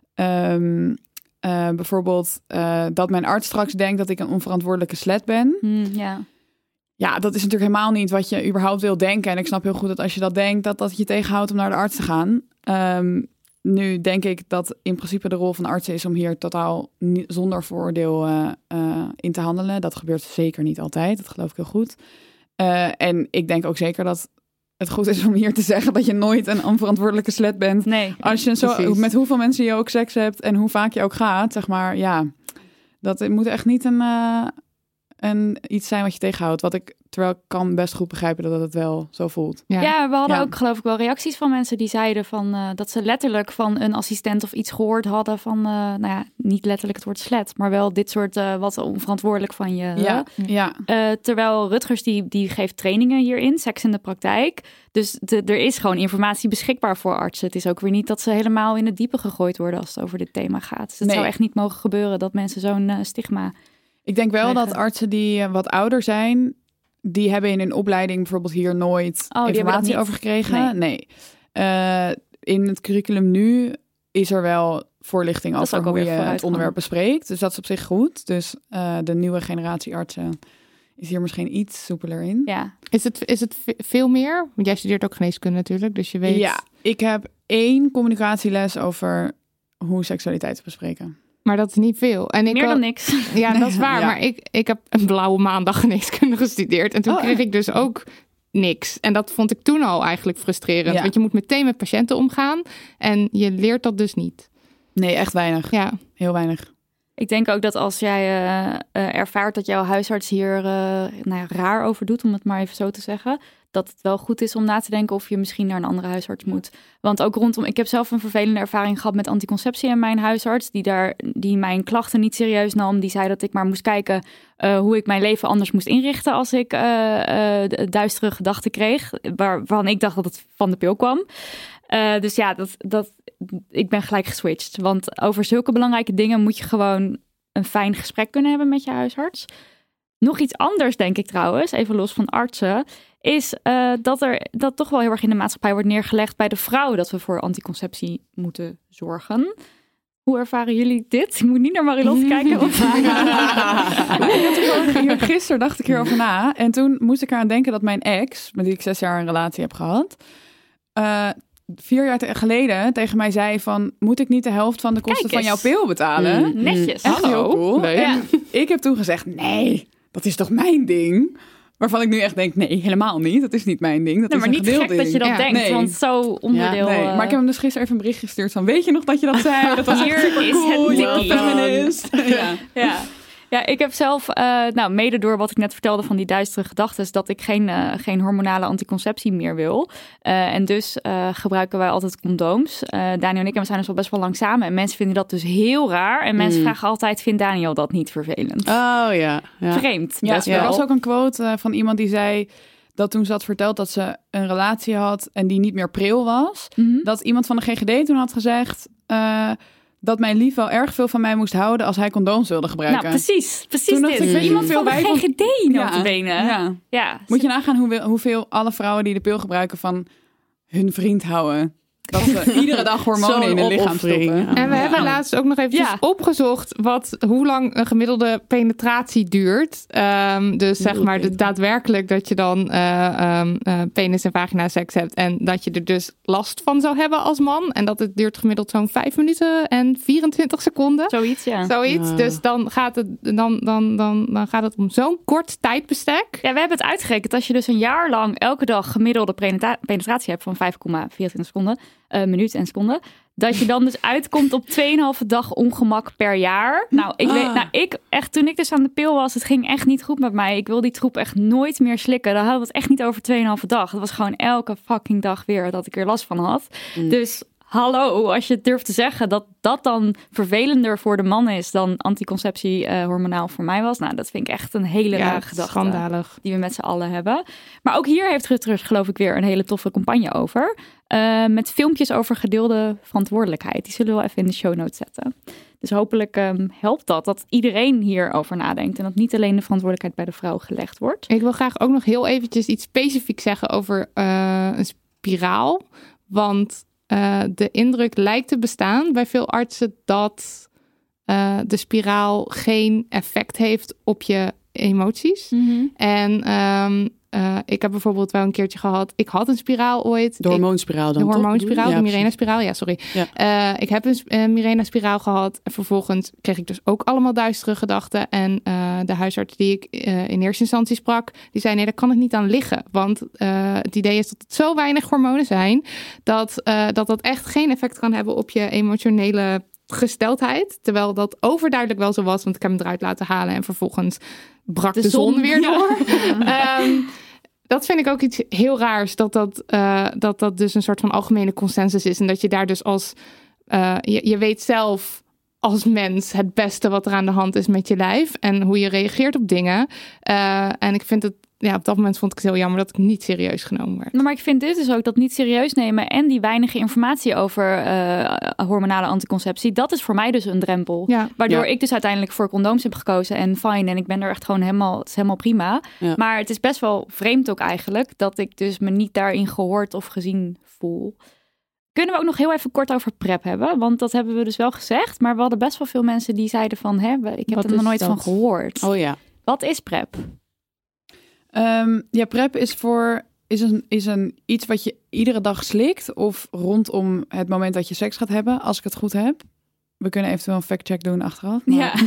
bijvoorbeeld dat mijn arts straks denkt dat ik een onverantwoordelijke slet ben. Ja, dat is natuurlijk helemaal niet wat je überhaupt wil denken. En ik snap heel goed dat als je dat denkt, dat je tegenhoudt om naar de arts te gaan. Nu denk ik dat in principe de rol van de artsen is om hier totaal zonder vooroordeel in te handelen. Dat gebeurt zeker niet altijd, dat geloof ik heel goed. En ik denk ook zeker dat het goed is om hier te zeggen dat je nooit een onverantwoordelijke slet bent. Nee, als je met hoeveel mensen je ook seks hebt en hoe vaak je ook gaat, zeg maar, dat moet echt niet iets zijn wat je tegenhoudt. Terwijl ik kan best goed begrijpen dat het wel zo voelt. Ja, we hadden ook geloof ik wel reacties van mensen die zeiden van dat ze letterlijk van een assistent of iets gehoord hadden van, niet letterlijk het woord slet, maar wel dit soort wat onverantwoordelijk van je. Terwijl Rutgers die geeft trainingen hierin, seks in de praktijk. Dus er is gewoon informatie beschikbaar voor artsen. Het is ook weer niet dat ze helemaal in het diepe gegooid worden als het over dit thema gaat. Dus het zou echt niet mogen gebeuren dat mensen zo'n stigma. Ik denk wel dat artsen die wat ouder zijn, die hebben in hun opleiding bijvoorbeeld hier nooit informatie over gekregen. Nee. In het curriculum nu is er wel voorlichting over hoe je het onderwerp bespreekt. Dus dat is op zich goed. Dus de nieuwe generatie artsen is hier misschien iets soepeler in. Ja. Is het veel meer? Want jij studeert ook geneeskunde natuurlijk, dus je weet. Ja, ik heb 1 communicatieles over hoe seksualiteit te bespreken. Maar dat is niet veel. En meer dan niks. Ja, dat is waar. Ja. Maar ik heb een blauwe maandag geneeskunde gestudeerd. En toen kreeg ik dus ook niks. En dat vond ik toen al eigenlijk frustrerend. Ja. Want je moet meteen met patiënten omgaan. En je leert dat dus niet. Nee, echt weinig. Ja. Heel weinig. Ik denk ook dat als jij ervaart dat jouw huisarts hier raar over doet, om het maar even zo te zeggen, dat het wel goed is om na te denken of je misschien naar een andere huisarts moet. Want ook ik heb zelf een vervelende ervaring gehad met anticonceptie en mijn huisarts, die mijn klachten niet serieus nam. Die zei dat ik maar moest kijken hoe ik mijn leven anders moest inrichten als ik duistere gedachten kreeg, waarvan ik dacht dat het van de pil kwam. Dus ja, ik ben gelijk geswitcht. Want over zulke belangrijke dingen moet je gewoon een fijn gesprek kunnen hebben met je huisarts. Nog iets anders, denk ik trouwens, even los van artsen, is dat toch wel heel erg in de maatschappij wordt neergelegd bij de vrouw dat we voor anticonceptie moeten zorgen. Hoe ervaren jullie dit? Ik moet niet naar Marilotte kijken. Gisteren dacht ik hierover na. En toen moest ik eraan denken dat mijn ex, met wie ik 6 jaar een relatie heb gehad, 4 jaar geleden tegen mij zei van, moet ik niet de helft van de kosten van jouw pil betalen? Netjes. Echt heel cool. En ik heb toen gezegd, nee, dat is toch mijn ding? Waarvan ik nu echt denk, nee, helemaal niet. Dat is niet mijn ding. Dat is maar een niet gedeeld gek dat je dat ding. denkt, want zo onderdeel... Nee. Maar ik heb hem dus gisteren even een bericht gestuurd van, weet je nog dat je dat zei? Dat was Hier echt super is cool. het Je dikkie. feminist. Ja. Ja, ik heb zelf, mede door wat ik net vertelde van die duistere gedachten, dat ik geen hormonale anticonceptie meer wil. En dus gebruiken wij altijd condooms. Daniel en ik, we zijn dus al best wel lang samen. En mensen vinden dat dus heel raar. En mensen vragen altijd, vindt Daniel dat niet vervelend? Oh ja. Vreemd. Ja, er was ook een quote van iemand die zei dat toen ze had verteld dat ze een relatie had en die niet meer pril was, dat iemand van de GGD toen had gezegd dat mijn lief wel erg veel van mij moest houden als hij condooms wilde gebruiken. Nou, precies Toen dacht dit. ik, Iemand van de wij GGD notabene. Ja. Moet je nagaan hoeveel alle vrouwen die de pil gebruiken van hun vriend houden. Dat ze iedere dag hormonen in hun lichaam stoppen. En we hebben laatst ook nog eventjes opgezocht hoe lang een gemiddelde penetratie duurt. Dus zeg maar daadwerkelijk dat je dan penis en vagina seks hebt. En dat je er dus last van zou hebben als man. En dat het duurt gemiddeld zo'n 5 minuten en 24 seconden. Zoiets, ja. Zoiets. Dus dan gaat het, dan gaat het om zo'n kort tijdbestek. Ja, we hebben het uitgerekend. Als je dus een jaar lang elke dag gemiddelde penetratie hebt van 5,24 seconden. Minuut en seconde. Dat je dan dus uitkomt op 2,5 dag ongemak per jaar. Nou, toen ik dus aan de pil was, het ging echt niet goed met mij. Ik wil die troep echt nooit meer slikken. Dan hadden we het echt niet over 2,5 dag. Het was gewoon elke fucking dag weer dat ik er last van had. Dus hallo, als je het durft te zeggen dat dat dan vervelender voor de man is dan anticonceptie hormonaal voor mij was. Nou, dat vind ik echt een hele rare gedachte. Schandalig. Die we met z'n allen hebben. Maar ook hier heeft Rutgers geloof ik weer een hele toffe campagne over. Met filmpjes over gedeelde verantwoordelijkheid. Die zullen we wel even in de show notes zetten. Dus hopelijk helpt dat iedereen hierover nadenkt. En dat niet alleen de verantwoordelijkheid bij de vrouw gelegd wordt. Ik wil graag ook nog heel eventjes iets specifiek zeggen over een spiraal. Want de indruk lijkt te bestaan bij veel artsen dat de spiraal geen effect heeft op je emoties. En ik heb bijvoorbeeld wel een keertje gehad. Ik had een spiraal ooit. De hormoonspiraal dan, de hormoonspiraal, toch? de Mirena-spiraal. Ja, sorry. Ja. Ik heb een Mirena-spiraal gehad. En vervolgens kreeg ik dus ook allemaal duistere gedachten. En de huisarts die ik in eerste instantie sprak, die zei nee, daar kan het niet aan liggen. Want het idee is dat het zo weinig hormonen zijn, dat echt geen effect kan hebben op je emotionele gesteldheid. Terwijl dat overduidelijk wel zo was, want ik heb hem eruit laten halen en vervolgens brak de zon weer door. Dat vind ik ook iets heel raars, dat dus een soort van algemene consensus is en dat je daar dus als je weet zelf als mens het beste wat er aan de hand is met je lijf en hoe je reageert op dingen. En ik vind het, op dat moment vond ik het heel jammer dat ik niet serieus genomen werd. Maar ik vind dit dus ook dat niet serieus nemen en die weinige informatie over hormonale anticonceptie, dat is voor mij dus een drempel. Ja. Waardoor ik dus uiteindelijk voor condooms heb gekozen en fine. En ik ben er echt gewoon het is helemaal prima. Ja. Maar het is best wel vreemd ook eigenlijk dat ik dus me niet daarin gehoord of gezien voel. Kunnen we ook nog heel even kort over PrEP hebben? Want dat hebben we dus wel gezegd. Maar we hadden best wel veel mensen die zeiden van, ik heb er nog nooit van gehoord. Oh ja. Wat is PrEP? PrEP is een iets wat je iedere dag slikt of rondom het moment dat je seks gaat hebben, als ik het goed heb. We kunnen eventueel een factcheck doen achteraf. Maar,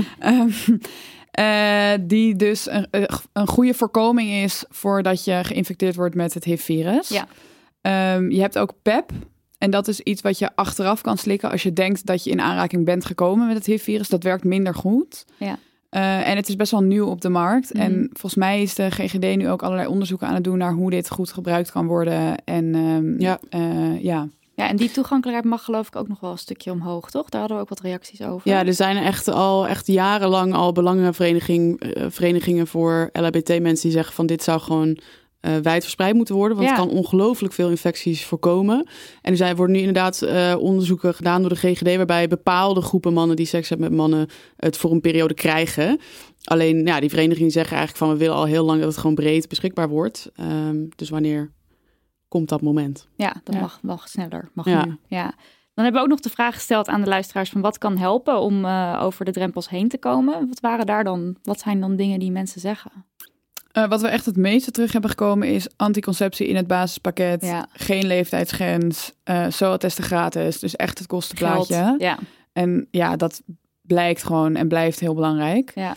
die dus een goede voorkoming is voordat je geïnfecteerd wordt met het HIV-virus. Ja. Je hebt ook PEP. En dat is iets wat je achteraf kan slikken als je denkt dat je in aanraking bent gekomen met het HIV-virus. Dat werkt minder goed. Ja. En het is best wel nieuw op de markt. Mm. En volgens mij is de GGD nu ook allerlei onderzoeken aan het doen naar hoe dit goed gebruikt kan worden. En Ja, en die toegankelijkheid mag geloof ik ook nog wel een stukje omhoog, toch? Daar hadden we ook wat reacties over. Ja, er zijn echt jarenlang al belangenverenigingen voor LHBT-mensen die zeggen van dit zou gewoon wijdverspreid moeten worden. Want het kan ongelooflijk veel infecties voorkomen. En er worden nu inderdaad onderzoeken gedaan door de GGD waarbij bepaalde groepen mannen die seks hebben met mannen het voor een periode krijgen. Alleen, die verenigingen zeggen eigenlijk van we willen al heel lang dat het gewoon breed beschikbaar wordt. Dus wanneer komt dat moment? Ja, dat mag sneller. Mag nu. Ja. Dan hebben we ook nog de vraag gesteld aan de luisteraars van wat kan helpen om over de drempels heen te komen. Wat zijn dan dingen die mensen zeggen? Wat we echt het meeste terug hebben gekomen is anticonceptie in het basispakket. Ja. Geen leeftijdsgrens. SOA-testen gratis. Dus echt het kostenplaatje. Ja. En dat blijkt gewoon en blijft heel belangrijk. Ja.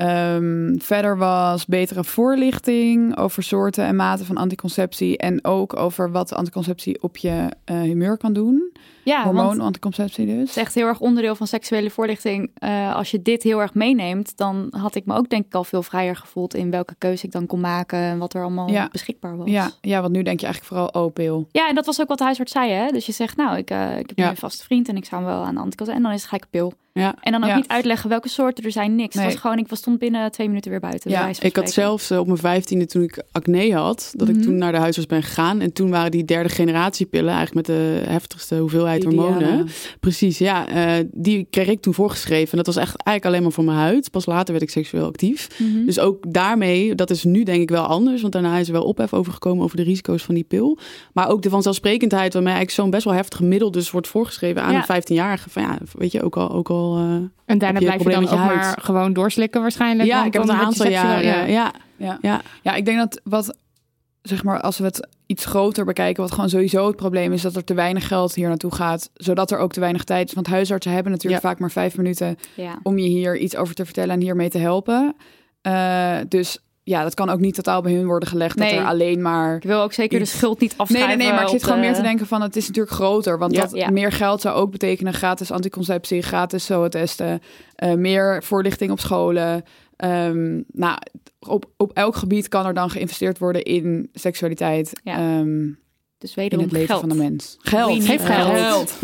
Verder was betere voorlichting over soorten en maten van anticonceptie. En ook over wat anticonceptie op je humeur kan doen. Ja, hormoonanticonceptie dus. Het is echt heel erg onderdeel van seksuele voorlichting. Als je dit heel erg meeneemt, dan had ik me ook denk ik al veel vrijer gevoeld in welke keuze ik dan kon maken en wat er allemaal beschikbaar was. Ja, want nu denk je eigenlijk vooral pil. Ja, en dat was ook wat de huisarts zei, hè? Dus je zegt, nou, ik heb nu een vaste vriend en ik zou hem wel aan de anticonceptie. En dan is het gelijk een pil. Ja. En dan ook niet uitleggen welke soorten er zijn, niks. Nee. Het was gewoon, ik stond binnen 2 minuten weer buiten. Ja, ik had zelfs op mijn 15e toen ik acne had, dat ik toen naar de huisarts ben gegaan. En toen waren die 3e generatie pillen, eigenlijk met de heftigste hoeveelheid hormonen. Precies, ja. Die kreeg ik toen voorgeschreven. En dat was echt eigenlijk alleen maar voor mijn huid. Pas later werd ik seksueel actief. Dus ook daarmee, dat is nu denk ik wel anders. Want daarna is er wel ophef overgekomen over de risico's van die pil. Maar ook de vanzelfsprekendheid waarmee eigenlijk zo'n best wel heftig gemiddel dus wordt voorgeschreven aan een 15-jarige. Van ja, weet je, ook al en daarna blijf je dan ook maar gewoon doorslikken waarschijnlijk. Ja, ik heb het een aantal jaren. Ja, ik denk dat wat, zeg maar, als we het iets groter bekijken, wat gewoon sowieso het probleem is, dat er te weinig geld hier naartoe gaat, zodat er ook te weinig tijd is. Want huisartsen hebben natuurlijk vaak maar 5 minuten om je hier iets over te vertellen en hiermee te helpen. Dus ja, dat kan ook niet totaal bij hun worden gelegd. Dat er alleen maar... Ik wil ook zeker de schuld niet afschrijven. Nee, maar ik zit gewoon meer te denken van, het is natuurlijk groter. Want meer geld zou ook betekenen gratis anticonceptie, gratis SOA-testen, meer voorlichting op scholen. Op elk gebied kan er dan geïnvesteerd worden in seksualiteit. Dus wederom in het leven geld van de mens. Geld. Geef geld.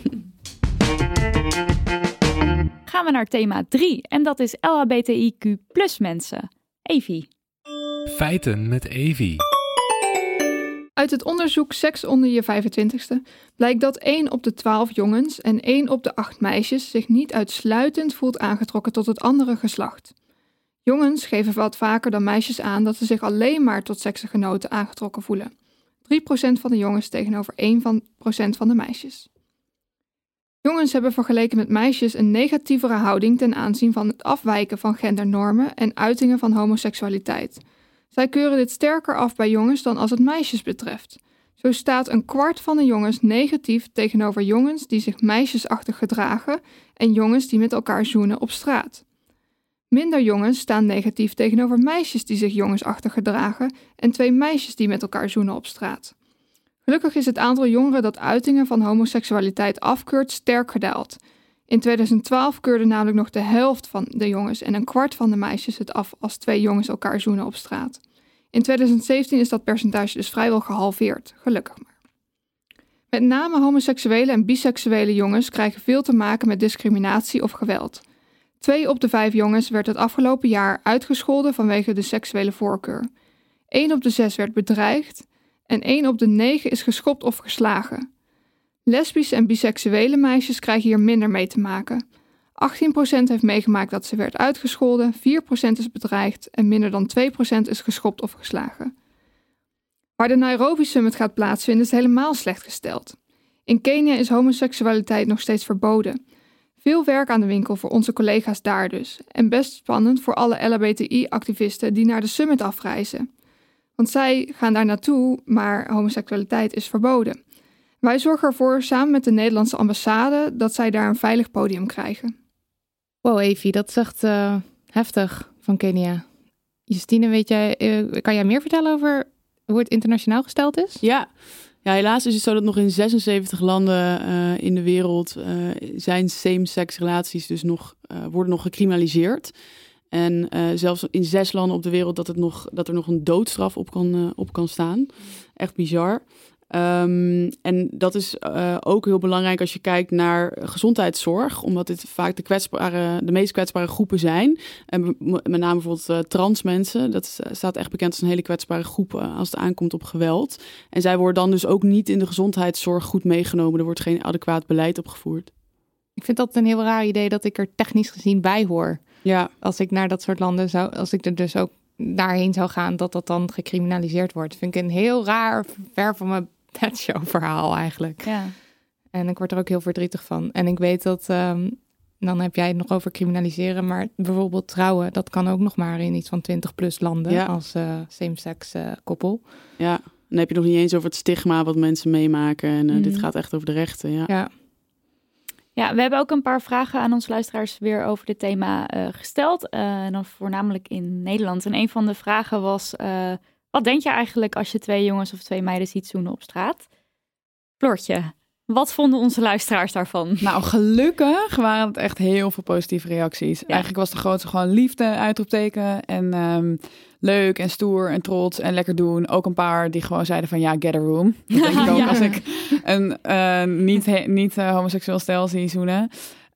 Gaan we naar thema 3. En dat is LHBTIQ+ mensen. Evie. Feiten met Evie. Uit het onderzoek Seks onder je 25ste blijkt dat 1 op de 12 jongens en 1 op de 8 meisjes zich niet uitsluitend voelt aangetrokken tot het andere geslacht. Jongens geven wat vaker dan meisjes aan dat ze zich alleen maar tot seksgenoten aangetrokken voelen. 3% van de jongens tegenover 1% van de meisjes. Jongens hebben vergeleken met meisjes een negatievere houding ten aanzien van het afwijken van gendernormen en uitingen van homoseksualiteit. Zij keuren dit sterker af bij jongens dan als het meisjes betreft. Zo staat 1/4 van de jongens negatief tegenover jongens die zich meisjesachtig gedragen en jongens die met elkaar zoenen op straat. Minder jongens staan negatief tegenover meisjes die zich jongensachtig gedragen en 2 meisjes die met elkaar zoenen op straat. Gelukkig is het aantal jongeren dat uitingen van homoseksualiteit afkeurt sterk gedaald. In 2012 keurde namelijk nog de helft van de jongens en 1/4 van de meisjes het af als 2 jongens elkaar zoenen op straat. In 2017 is dat percentage dus vrijwel gehalveerd, gelukkig maar. Met name homoseksuele en biseksuele jongens krijgen veel te maken met discriminatie of geweld. 2 op de 5 jongens werd het afgelopen jaar uitgescholden vanwege de seksuele voorkeur. 1 op de 6 werd bedreigd en 1 op de 9 is geschopt of geslagen. Lesbische en biseksuele meisjes krijgen hier minder mee te maken. 18% heeft meegemaakt dat ze werd uitgescholden, 4% is bedreigd en minder dan 2% is geschopt of geslagen. Waar de Nairobi Summit gaat plaatsvinden is helemaal slecht gesteld. In Kenia is homoseksualiteit nog steeds verboden. Veel werk aan de winkel voor onze collega's daar dus. En best spannend voor alle LHBTI-activisten die naar de summit afreizen. Want zij gaan daar naartoe, maar homoseksualiteit is verboden. Wij zorgen ervoor, samen met de Nederlandse ambassade, dat zij daar een veilig podium krijgen. Wow, Evie, dat is echt heftig van Kenia. Justine, kan jij meer vertellen over hoe het internationaal gesteld is? Ja, helaas is het zo dat nog in 76 landen in de wereld zijn same-sex relaties dus worden nog gecriminaliseerd. En zelfs in 6 landen op de wereld dat er nog een doodstraf op kan staan. Echt bizar. En dat is ook heel belangrijk als je kijkt naar gezondheidszorg, omdat dit vaak de meest kwetsbare groepen zijn. En met name bijvoorbeeld trans mensen. Dat staat echt bekend als een hele kwetsbare groep als het aankomt op geweld. En zij worden dan dus ook niet in de gezondheidszorg goed meegenomen. Er wordt geen adequaat beleid opgevoerd. Ik vind dat een heel raar idee dat ik er technisch gezien bij hoor. Ja. Als ik naar dat soort landen als ik er dus ook daarheen zou gaan, dat dan gecriminaliseerd wordt. Vind ik een heel raar, ver van mijn bedshow verhaal eigenlijk. Ja. En ik word er ook heel verdrietig van. En ik weet dat, dan heb jij het nog over criminaliseren, maar bijvoorbeeld trouwen, dat kan ook nog maar in iets van 20+ landen als same-sex koppel. Ja, dan heb je nog niet eens over het stigma wat mensen meemaken. En dit gaat echt over de rechten. Ja. Ja, we hebben ook een paar vragen aan onze luisteraars weer over dit thema gesteld. En dan voornamelijk in Nederland. En een van de vragen was... wat denk je eigenlijk als je 2 jongens of 2 meiden ziet zoenen op straat? Floortje, wat vonden onze luisteraars daarvan? Nou, gelukkig waren het echt heel veel positieve reacties. Ja. Eigenlijk was de grootste gewoon liefde, uitroepteken. En leuk en stoer en trots en lekker doen. Ook een paar die gewoon zeiden van ja, get a room. Dat denk ik ook als ik een niet homoseksueel stel zie zoenen.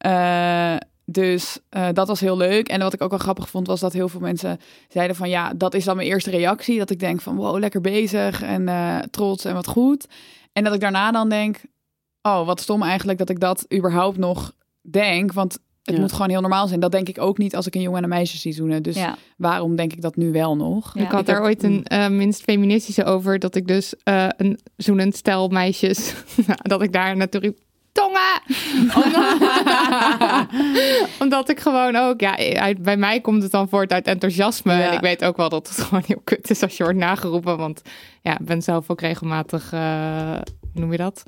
Dus dat was heel leuk. En wat ik ook wel grappig vond, was dat heel veel mensen zeiden van ja, dat is dan mijn eerste reactie. Dat ik denk van wow, lekker bezig en trots en wat goed. En dat ik daarna dan denk, oh, wat stom eigenlijk dat ik dat überhaupt nog denk. Want het moet gewoon heel normaal zijn. Dat denk ik ook niet als ik een jongen en een meisje zie zoenen. Dus waarom denk ik dat nu wel nog? Ja. Ik had daar ooit een minst feministische over. Dat ik dus een zoenend stel meisjes, dat ik daar natuurlijk tongen! Omdat ik gewoon ook... bij mij komt het dan voort uit enthousiasme. Ja. En ik weet ook wel dat het gewoon heel kut is als je wordt nageroepen. Want ik ben zelf ook regelmatig... hoe noem je dat?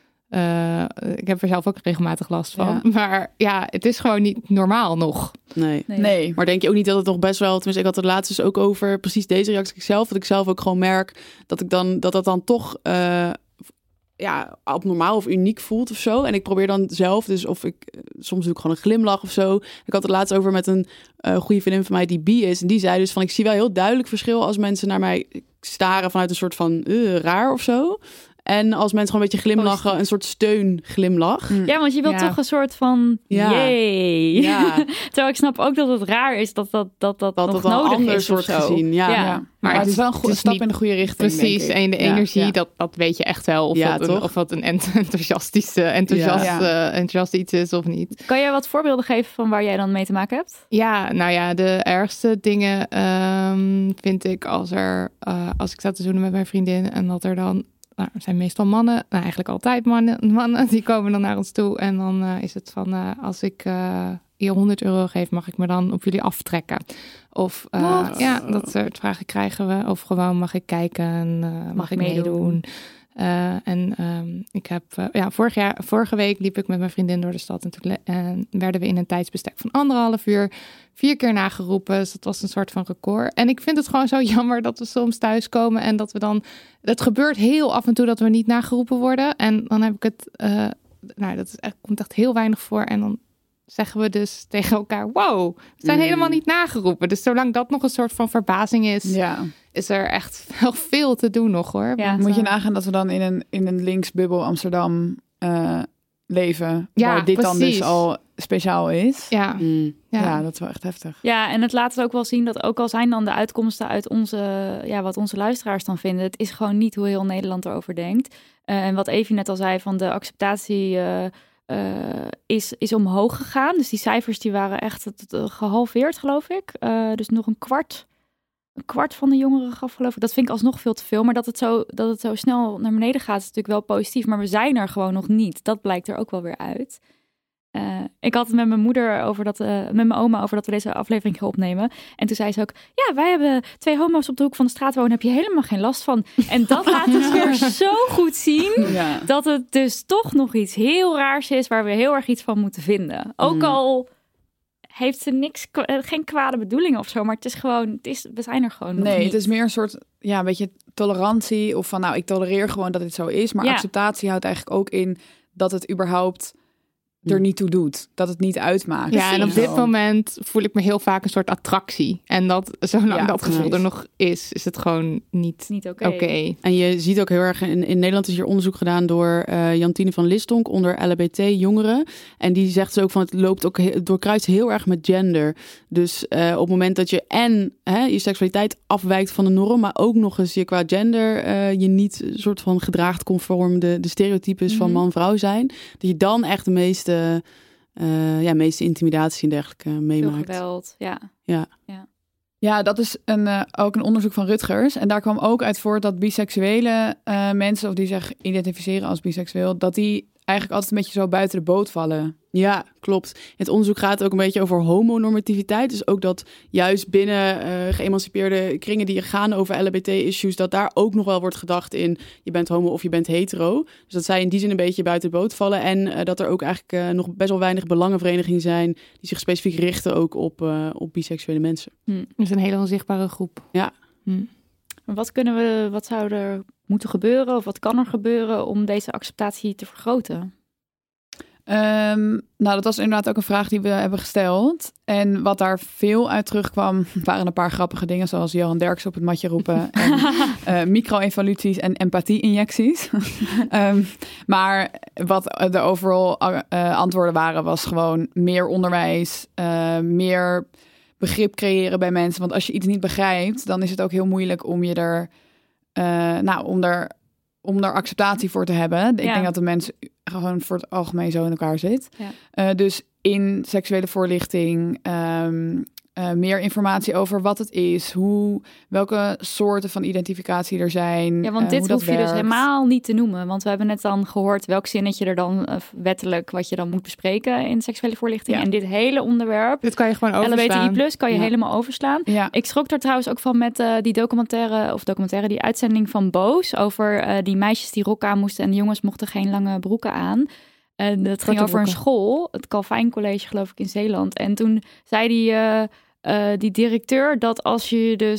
Ik heb er zelf ook regelmatig last van. Ja. Maar het is gewoon niet normaal nog. Nee. Maar denk je ook niet dat het nog best wel... Tenminste, ik had het laatst dus ook over precies deze reactie zelf. Dat ik zelf ook gewoon merk dat dan toch... abnormaal of uniek voelt of zo. En ik probeer dan zelf, dus soms doe ik gewoon een glimlach of zo. Ik had het laatst over met een goede vriendin van mij die bi is. En die zei dus van, ik zie wel heel duidelijk verschil als mensen naar mij staren vanuit een soort van raar of zo. En als mensen gewoon een beetje glimlachen, een soort steunglimlach. Ja, want je wilt toch een soort van yay. Ja. Terwijl ik snap ook dat het raar is dat nog nodig is soort gezien. Ja. Maar het is wel een stap in de goede richting. Precies. En de energie, dat weet je echt wel. Of dat een enthousiast iets is of niet. Kan jij wat voorbeelden geven van waar jij dan mee te maken hebt? Ja, nou ja, de ergste dingen vind ik als ik sta te zoenen met mijn vriendin en dat er dan... Nou, er zijn meestal mannen, eigenlijk altijd mannen, die komen dan naar ons toe. En dan is het van, als ik je €100 geef, mag ik me dan op jullie aftrekken? Of dat soort vragen krijgen we. Of gewoon, mag ik kijken en mag ik meedoen? Ik heb vorige week liep ik met mijn vriendin door de stad en toen werden we in een tijdsbestek van 1,5 uur 4 keer nageroepen. Dus dat was een soort van record. En ik vind het gewoon zo jammer dat we soms thuiskomen en dat we dan... Het gebeurt heel af en toe dat we niet nageroepen worden. En dan heb ik het... komt echt heel weinig voor. En dan zeggen we dus tegen elkaar... Wow, we zijn helemaal niet nageroepen. Dus zolang dat nog een soort van verbazing is... Ja. Is er echt wel veel te doen nog, hoor. Ja, moet je nagaan dat we dan in een linksbubbel Amsterdam leven... waar dit dan dus al speciaal is. Ja. Ja, dat is wel echt heftig. Ja, en het laat het ook wel zien dat ook al zijn dan de uitkomsten uit wat onze luisteraars dan vinden... het is gewoon niet hoe heel Nederland erover denkt. En wat Evie net al zei, van de acceptatie... is omhoog gegaan. Dus die cijfers die waren echt gehalveerd, geloof ik. Dus nog een kwart van de jongeren gaf, geloof ik. Dat vind ik alsnog veel te veel. Maar dat het zo snel naar beneden gaat, is natuurlijk wel positief. Maar we zijn er gewoon nog niet. Dat blijkt er ook wel weer uit. Ik had het met mijn moeder met mijn oma over dat we deze aflevering gaan opnemen. En toen zei ze ook, ja, wij hebben 2 homo's op de hoek van de straat wonen. Heb je helemaal geen last van. En dat laat dus weer zo goed zien dat het dus toch nog iets heel raars is waar we heel erg iets van moeten vinden. Ook al heeft ze geen kwade bedoelingen of zo, maar het is gewoon, we zijn er gewoon nog niet. Nee, het is meer een soort, een beetje tolerantie of van, ik tolereer gewoon dat het zo is. Maar acceptatie houdt eigenlijk ook in dat het überhaupt er niet toe doet. Dat het niet uitmaakt. Ja, en op dit moment voel ik me heel vaak een soort attractie. En dat zolang dat gevoel er nog is het gewoon niet oké. En je ziet ook heel erg, in Nederland is hier onderzoek gedaan door Jantine van Listonk onder LHBT-jongeren. En die zegt dus ook van, het loopt ook doorkruist heel erg met gender. Dus op het moment dat je je seksualiteit afwijkt van de norm, maar ook nog eens je qua gender je niet soort van gedraagt conform de stereotypes van man-vrouw zijn. Dat je dan echt de meeste intimidatie en dergelijke meemaakt. Veel geweld, Ja, dat is ook een onderzoek van Rutgers. En daar kwam ook uit voort dat biseksuele mensen, of die zich identificeren als biseksueel, dat die eigenlijk altijd een beetje zo buiten de boot vallen. Ja, klopt. Het onderzoek gaat ook een beetje over homonormativiteit. Dus ook dat juist binnen geëmancipeerde kringen die gaan over LHBT-issues, dat daar ook nog wel wordt gedacht in je bent homo of je bent hetero. Dus dat zij in die zin een beetje buiten de boot vallen. En dat er ook eigenlijk nog best wel weinig belangenverenigingen zijn die zich specifiek richten ook op biseksuele mensen. Dat is een hele onzichtbare groep. Ja. Wat zou er moeten gebeuren of wat kan er gebeuren om deze acceptatie te vergroten? Dat was inderdaad ook een vraag die we hebben gesteld. En wat daar veel uit terugkwam, waren een paar grappige dingen, zoals Johan Derksen op het matje roepen. En micro-evoluties en empathie-injecties. Maar wat de overal antwoorden waren, was gewoon meer onderwijs, meer begrip creëren bij mensen. Want als je iets niet begrijpt, dan is het ook heel moeilijk om je om er acceptatie voor te hebben. Ik denk dat de mensen gewoon voor het algemeen zo in elkaar zit. Ja. Dus in seksuele voorlichting, meer informatie over wat het is, welke soorten van identificatie er zijn. Ja, want dit hoef je dus helemaal niet te noemen. Want we hebben net dan gehoord welk zinnetje er dan wettelijk wat je dan moet bespreken in seksuele voorlichting. Ja. En dit hele onderwerp, dit kan je gewoon overslaan. LHBTI+ kan je helemaal overslaan. Ja. Ik schrok er trouwens ook van met die uitzending van Boos over die meisjes die rok aan moesten en de jongens mochten geen lange broeken aan. Dat ging over een school, het Calvijn College geloof ik in Zeeland. En toen zei die directeur dat als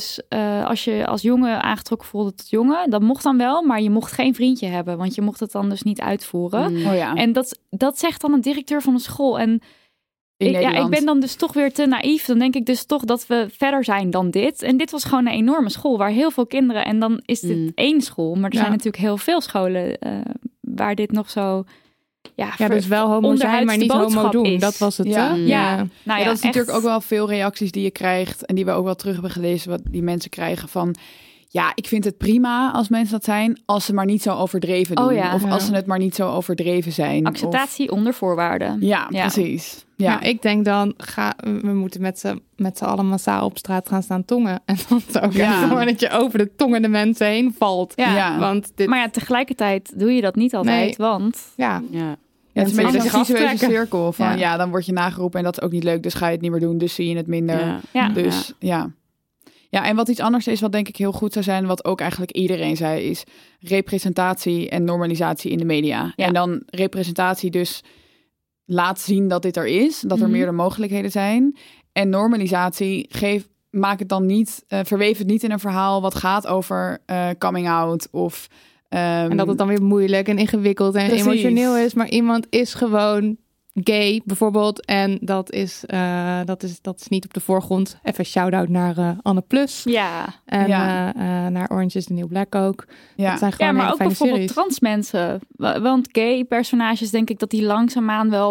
je als jongen aangetrokken voelde tot jongen, dat mocht dan wel, maar je mocht geen vriendje hebben, want je mocht het dan dus niet uitvoeren. En dat zegt dan een directeur van een school. En ik ben dan dus toch weer te naïef. Dan denk ik dus toch dat we verder zijn dan dit. En dit was gewoon een enorme school waar heel veel kinderen, en dan is dit één school, maar er zijn natuurlijk heel veel scholen waar dit nog zo. Ja, dus wel homo zijn, maar niet homo doen. Is. Dat was het. Dat is natuurlijk ook wel veel reacties die je krijgt en die we ook wel terug hebben gelezen, wat die mensen krijgen van. Ja, ik vind het prima als mensen dat zijn, als ze maar niet zo overdreven doen. Of als ze het maar niet zo overdreven zijn. Acceptatie onder voorwaarden. Ja, precies. Ja, ik denk dan, we moeten met z'n allen massaal op straat gaan staan tongen. En dan ook gewoon dat je over de tongende mensen heen valt. Ja. Want maar tegelijkertijd doe je dat niet altijd, want. Ja, het is een beetje een visuele cirkel van dan word je nageroepen en dat is ook niet leuk, dus ga je het niet meer doen, dus zie je het minder. Dus ja, en wat iets anders is, wat denk ik heel goed zou zijn, wat ook eigenlijk iedereen zei, is representatie en normalisatie in de media. Ja. En dan representatie dus laat zien dat dit er is, dat er meerdere mogelijkheden zijn. En normalisatie maak het dan niet, verweef het niet in een verhaal wat gaat over coming out of. En dat het dan weer moeilijk en ingewikkeld en emotioneel is, maar iemand is gewoon gay bijvoorbeeld en dat is niet op de voorgrond. Even shout-out naar Anne Plus. Ja. En naar Orange is the New Black ook. Ja, dat zijn gewoon maar ook bijvoorbeeld series. Trans mensen. Want gay personages denk ik dat die langzaamaan wel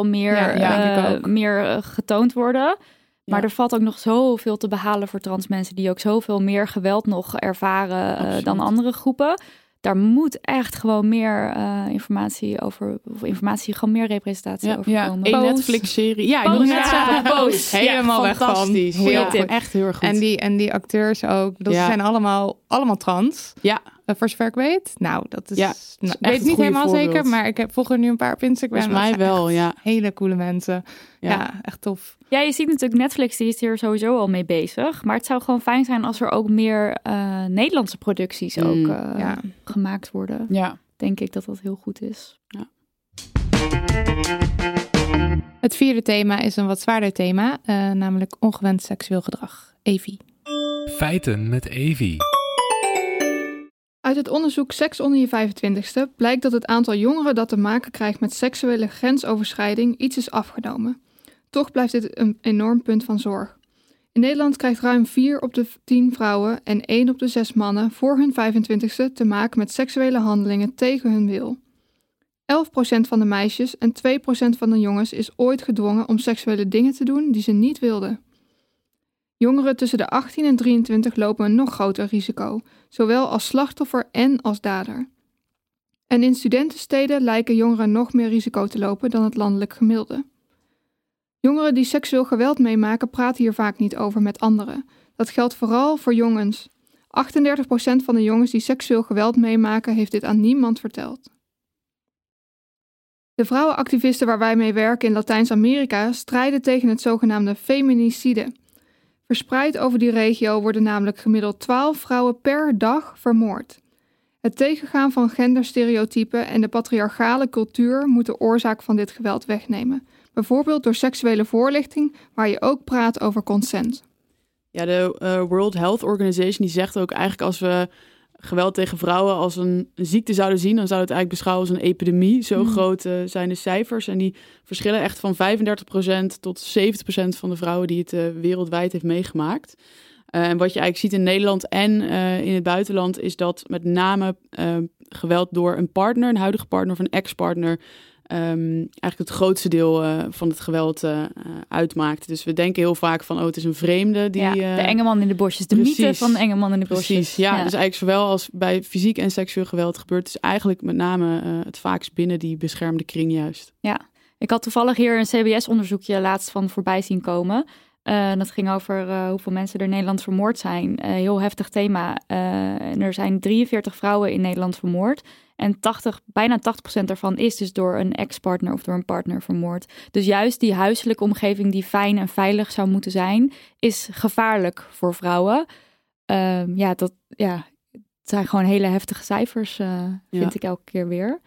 meer getoond worden. Maar er valt ook nog zoveel te behalen voor trans mensen die ook zoveel meer geweld nog ervaren dan andere groepen. Daar moet echt gewoon meer informatie, gewoon meer representatie over komen. Een Netflix-serie. Ja, ik wil net zeggen. Post. Helemaal weg van. Goeie tip. Echt heel erg goed. En die acteurs ook. Dat zijn allemaal trans. Ja. Voor zover ik weet. Nou, dat is... Ja, ik weet niet helemaal zeker, maar ik volg er nu een paar op Instagram. Volgens mij wel, hele coole mensen. Ja, echt tof. Ja, je ziet natuurlijk Netflix, die is hier sowieso al mee bezig. Maar het zou gewoon fijn zijn als er ook meer Nederlandse producties ook gemaakt worden. Ja. Denk ik dat dat heel goed is. Ja. Het vierde thema is een wat zwaarder thema, namelijk ongewenst seksueel gedrag. Evie. Feiten met Evie. Uit het onderzoek Seks onder je 25ste blijkt dat het aantal jongeren dat te maken krijgt met seksuele grensoverschrijding iets is afgenomen. Toch blijft dit een enorm punt van zorg. In Nederland krijgt ruim 4 op de 10 vrouwen en 1 op de 6 mannen voor hun 25ste te maken met seksuele handelingen tegen hun wil. 11% van de meisjes en 2% van de jongens is ooit gedwongen om seksuele dingen te doen die ze niet wilden. Jongeren tussen de 18 en 23 lopen een nog groter risico, zowel als slachtoffer en als dader. En in studentensteden lijken jongeren nog meer risico te lopen dan het landelijk gemiddelde. Jongeren die seksueel geweld meemaken praten hier vaak niet over met anderen. Dat geldt vooral voor jongens. 38% van de jongens die seksueel geweld meemaken heeft dit aan niemand verteld. De vrouwenactivisten waar wij mee werken in Latijns-Amerika strijden tegen het zogenaamde feminicide. Verspreid over die regio worden namelijk gemiddeld 12 vrouwen per dag vermoord. Het tegengaan van genderstereotypen en de patriarchale cultuur moet de oorzaak van dit geweld wegnemen. Bijvoorbeeld door seksuele voorlichting, waar je ook praat over consent. Ja, de World Health Organization die zegt ook eigenlijk als we geweld tegen vrouwen als een ziekte zouden zien, dan zouden we het eigenlijk beschouwen als een epidemie. Zo groot zijn de cijfers. En die verschillen echt van 35% tot 70% van de vrouwen die het wereldwijd heeft meegemaakt. En wat je eigenlijk ziet in Nederland en in het buitenland is dat met name geweld door een partner, een huidige partner of een ex-partner, eigenlijk het grootste deel van het geweld uitmaakt. Dus we denken heel vaak van, het is een vreemde. Die, de enge man in de bosjes. De mythe van de enge man in de bosjes. Precies, ja. Dus eigenlijk zowel als bij fysiek en seksueel geweld gebeurt, is eigenlijk met name het vaakst binnen die beschermde kring juist. Ja, ik had toevallig hier een CBS-onderzoekje laatst van voorbij zien komen. Dat ging over hoeveel mensen er in Nederland vermoord zijn. Heel heftig thema. En er zijn 43 vrouwen in Nederland vermoord. En bijna 80% daarvan is dus door een ex-partner of door een partner vermoord. Dus juist die huiselijke omgeving die fijn en veilig zou moeten zijn, is gevaarlijk voor vrouwen. Het zijn gewoon hele heftige cijfers, vind ik elke keer weer.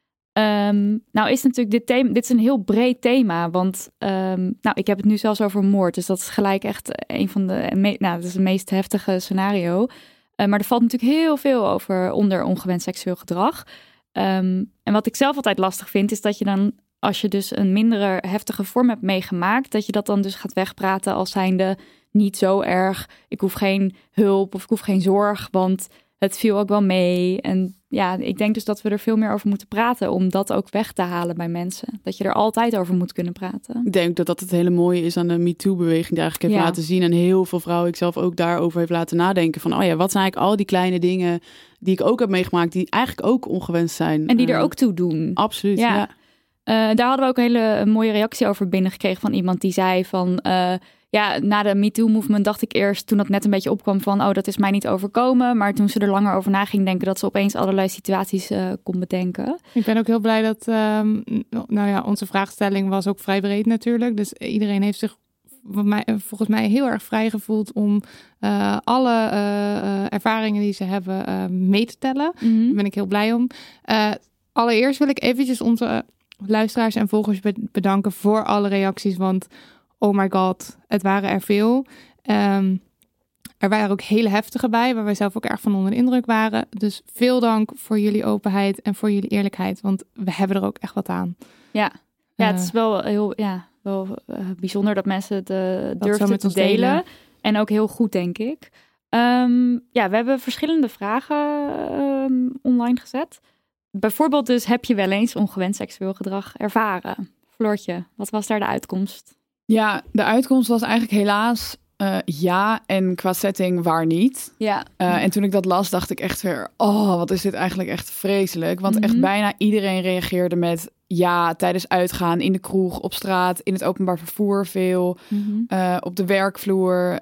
Nou is natuurlijk dit is een heel breed thema, want ik heb het nu zelfs over moord. Dus dat is gelijk echt een van dat is het meest heftige scenario. Maar er valt natuurlijk heel veel onder ongewenst seksueel gedrag. En wat ik zelf altijd lastig vind, is dat je dan, als je dus een mindere heftige vorm hebt meegemaakt, dat je dat dan dus gaat wegpraten als zijnde niet zo erg. Ik hoef geen hulp of ik hoef geen zorg, want het viel ook wel mee. En ja, ik denk dus dat we er veel meer over moeten praten om dat ook weg te halen bij mensen. Dat je er altijd over moet kunnen praten. Ik denk dat het hele mooie is aan de MeToo-beweging die eigenlijk heeft laten zien. En heel veel vrouwen, ik zelf ook daarover heeft laten nadenken. Van wat zijn eigenlijk al die kleine dingen die ik ook heb meegemaakt, die eigenlijk ook ongewenst zijn. En die er ook toe doen. Absoluut, ja. Daar hadden we ook een hele mooie reactie over binnengekregen van iemand die zei van, na de MeToo-movement dacht ik eerst, toen dat net een beetje opkwam van, dat is mij niet overkomen. Maar toen ze er langer over na ging denken, dat ze opeens allerlei situaties kon bedenken. Ik ben ook heel blij dat, onze vraagstelling was ook vrij breed natuurlijk. Dus iedereen heeft zich volgens mij heel erg vrij gevoeld om alle ervaringen die ze hebben mee te tellen. Mm-hmm. Daar ben ik heel blij om. Allereerst wil ik eventjes onze luisteraars en volgers bedanken voor alle reacties, want oh my god, het waren er veel. Er waren ook hele heftige bij, waar wij zelf ook erg van onder de indruk waren. Dus veel dank voor jullie openheid en voor jullie eerlijkheid, want we hebben er ook echt wat aan. Ja, het is wel heel bijzonder dat mensen het durfden te delen. En ook heel goed, denk ik. We hebben verschillende vragen online gezet. Bijvoorbeeld dus, heb je wel eens ongewenst seksueel gedrag ervaren? Floortje, wat was daar de uitkomst? Ja, de uitkomst was eigenlijk helaas ja, en qua setting waar niet. Ja. En toen ik dat las, dacht ik echt weer, wat is dit eigenlijk echt vreselijk. Want echt bijna iedereen reageerde met ja, tijdens uitgaan, in de kroeg, op straat, in het openbaar vervoer veel, op de werkvloer.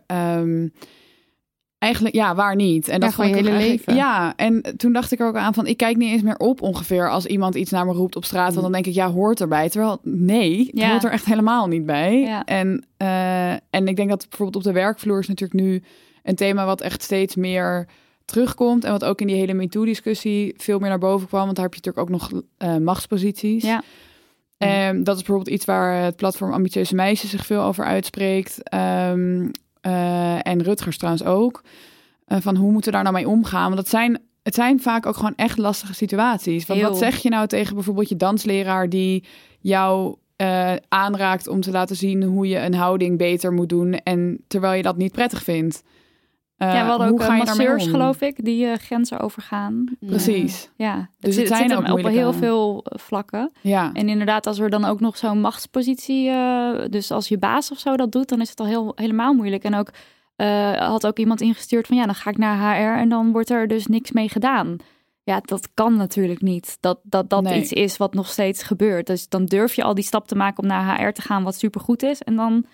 Eigenlijk, waar niet? En dat van je hele leven. Ja, en toen dacht ik er ook aan van, ik kijk niet eens meer op ongeveer als iemand iets naar me roept op straat. Want dan denk ik, hoort erbij. Terwijl, nee, het hoort er echt helemaal niet bij. Ja. En ik denk dat bijvoorbeeld op de werkvloer is natuurlijk nu een thema wat echt steeds meer terugkomt. En wat ook in die hele MeToo-discussie veel meer naar boven kwam. Want daar heb je natuurlijk ook nog machtsposities. Ja. Dat is bijvoorbeeld iets waar het platform Ambitieuze Meisjes zich veel over uitspreekt. En Rutgers trouwens ook. Van hoe moeten we daar nou mee omgaan? Want het zijn vaak ook gewoon echt lastige situaties. Want wat zeg je nou tegen bijvoorbeeld je dansleraar die jou aanraakt om te laten zien hoe je een houding beter moet doen en terwijl je dat niet prettig vindt? We hadden ook masseurs, geloof ik, die grenzen overgaan. Precies. Dus het zit hem op heel veel vlakken. Ja. En inderdaad, als er dan ook nog zo'n machtspositie, dus als je baas of zo dat doet, dan is het al helemaal moeilijk. En ook had ook iemand ingestuurd van dan ga ik naar HR en dan wordt er dus niks mee gedaan. Ja, dat kan natuurlijk niet. Dat iets is wat nog steeds gebeurt. Dus dan durf je al die stap te maken om naar HR te gaan, wat supergoed is. En dan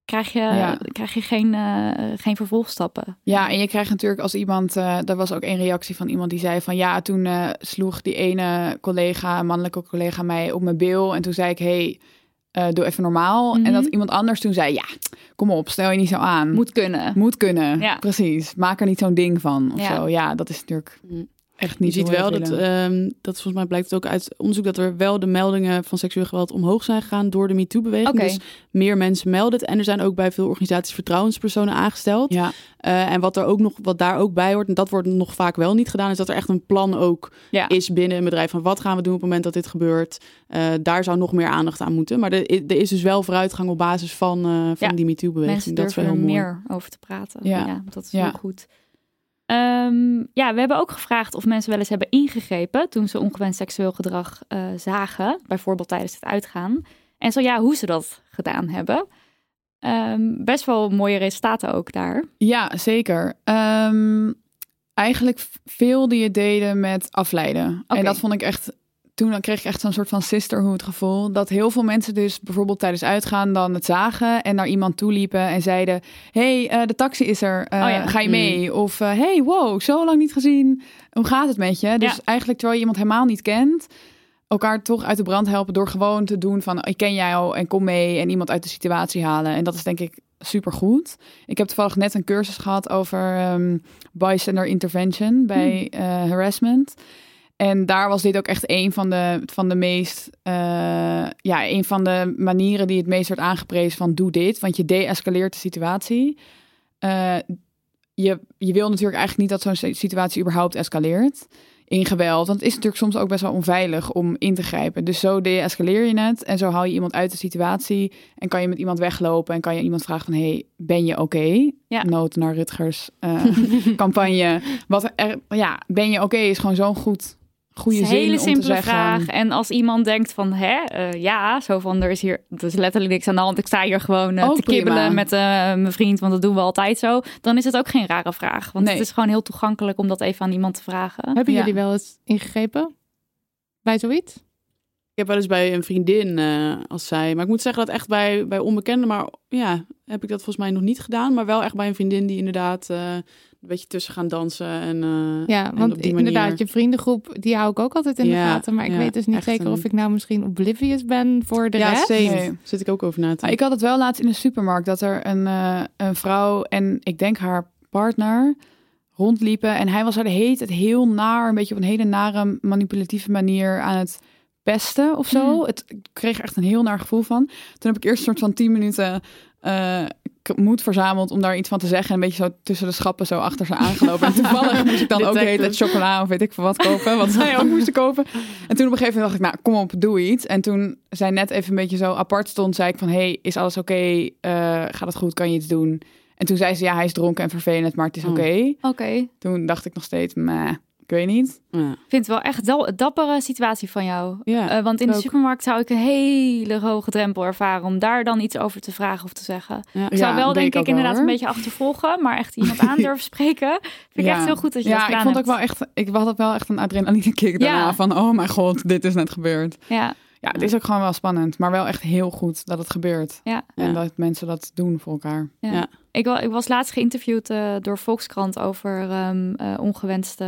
krijg je geen vervolgstappen. Ja, en je krijgt natuurlijk als iemand... er was ook een reactie van iemand die zei van... ja, toen sloeg die ene mannelijke collega mij op mijn bil. En toen zei ik, doe even normaal. Mm-hmm. En dat iemand anders toen zei... ja, kom op, stel je niet zo aan. Moet kunnen, ja. Precies. Maak er niet zo'n ding van of zo. Ja, dat is natuurlijk... echt niet. Je ziet wel dat volgens mij blijkt het ook uit onderzoek dat er wel de meldingen van seksueel geweld omhoog zijn gegaan door de MeToo-beweging. Okay. Dus meer mensen melden het. En er zijn ook bij veel organisaties vertrouwenspersonen aangesteld. Ja. En wat daar ook bij hoort, en dat wordt nog vaak wel niet gedaan, is dat er echt een plan ook is binnen een bedrijf van wat gaan we doen op het moment dat dit gebeurt. Daar zou nog meer aandacht aan moeten. Maar er is dus wel vooruitgang op basis van die MeToo-beweging. Mensen dat is wel durven heel er mooi. meer over te praten. Ja, dat is heel goed. We hebben ook gevraagd of mensen wel eens hebben ingegrepen toen ze ongewenst seksueel gedrag zagen, bijvoorbeeld tijdens het uitgaan. En zo ja, hoe ze dat gedaan hebben. Best wel mooie resultaten ook daar. Ja, zeker. Eigenlijk veel die het deden met afleiden. Okay. En dat vond ik echt... Toen kreeg ik echt zo'n soort van sisterhood gevoel. Dat heel veel mensen dus bijvoorbeeld tijdens uitgaan dan het zagen en naar iemand toe liepen en zeiden... de taxi is er, ga je mee? Of wow, zo lang niet gezien. Hoe gaat het met je? Dus eigenlijk terwijl je iemand helemaal niet kent, elkaar toch uit de brand helpen door gewoon te doen van ik ken jou en kom mee en iemand uit de situatie halen. En dat is denk ik supergoed. Ik heb toevallig net een cursus gehad over bystander intervention bij harassment. En daar was dit ook echt een van de meest... een van de manieren die het meest werd aangeprezen van doe dit. Want je de-escaleert de situatie. Je wil natuurlijk eigenlijk niet dat zo'n situatie überhaupt escaleert in geweld. Want het is natuurlijk soms ook best wel onveilig om in te grijpen. Dus zo de-escaleer je het. En zo haal je iemand uit de situatie. En kan je met iemand weglopen. En kan je iemand vragen van ben je oké? Ja. Nood naar Rutgers campagne. Ben je oké? Is gewoon zo'n goede zin hele simpele om te zeggen. Vraag. En als iemand denkt van zo van er is letterlijk niks aan de hand. Ik sta hier gewoon te kibbelen met mijn vriend, want dat doen we altijd zo. Dan is het ook geen rare vraag. Want het is gewoon heel toegankelijk om dat even aan iemand te vragen. Hebben jullie wel eens ingegrepen bij zoiets? Ik heb wel eens bij een vriendin als zij... Maar ik moet zeggen dat echt bij onbekenden... Maar heb ik dat volgens mij nog niet gedaan. Maar wel echt bij een vriendin die inderdaad... een beetje tussen gaan dansen. Want op die manier... inderdaad, je vriendengroep... die hou ik ook altijd in de gaten. Maar ik weet dus niet zeker of ik nou misschien oblivious ben voor de rest. Ja, nee. Zit ik ook over na te denken. Ik had het wel laatst in de supermarkt... dat er een vrouw en ik denk haar partner... rondliepen. En hij was haar de hele tijd heel naar... een beetje op een hele nare manipulatieve manier... aan het pesten of zo. Ik kreeg er echt een heel naar gevoel van. Toen heb ik eerst een soort van 10 minuten... moed verzameld om daar iets van te zeggen. En een beetje zo tussen de schappen zo achter ze aangelopen. En toevallig moest ik dan ook de hele tijd chocola of weet ik veel wat kopen. Wat zij ook moesten kopen. En toen op een gegeven moment dacht ik, kom op, doe iets. En toen zij net even een beetje zo apart stond, zei ik van, is alles oké? Gaat het goed? Kan je iets doen? En toen zei ze, hij is dronken en vervelend, maar het is oké. Toen dacht ik nog steeds, ik weet niet. Ik vind het wel echt een dappere situatie van jou. Ja, want in de supermarkt zou ik een hele hoge drempel ervaren... om daar dan iets over te vragen of te zeggen. Ja, ik zou wel, denk ik, inderdaad een beetje achtervolgen... maar echt iemand aan durven spreken. Vind ik echt heel goed dat je dat gedaan hebt. Ik vond ook wel echt... Ik had wel echt een adrenaline kick daarna van... oh mijn god, dit is net gebeurd. Ja, het is ook gewoon wel spannend. Maar wel echt heel goed dat het gebeurt. Ja. En dat mensen dat doen voor elkaar. Ja. Ik was laatst geïnterviewd door Volkskrant over ongewenste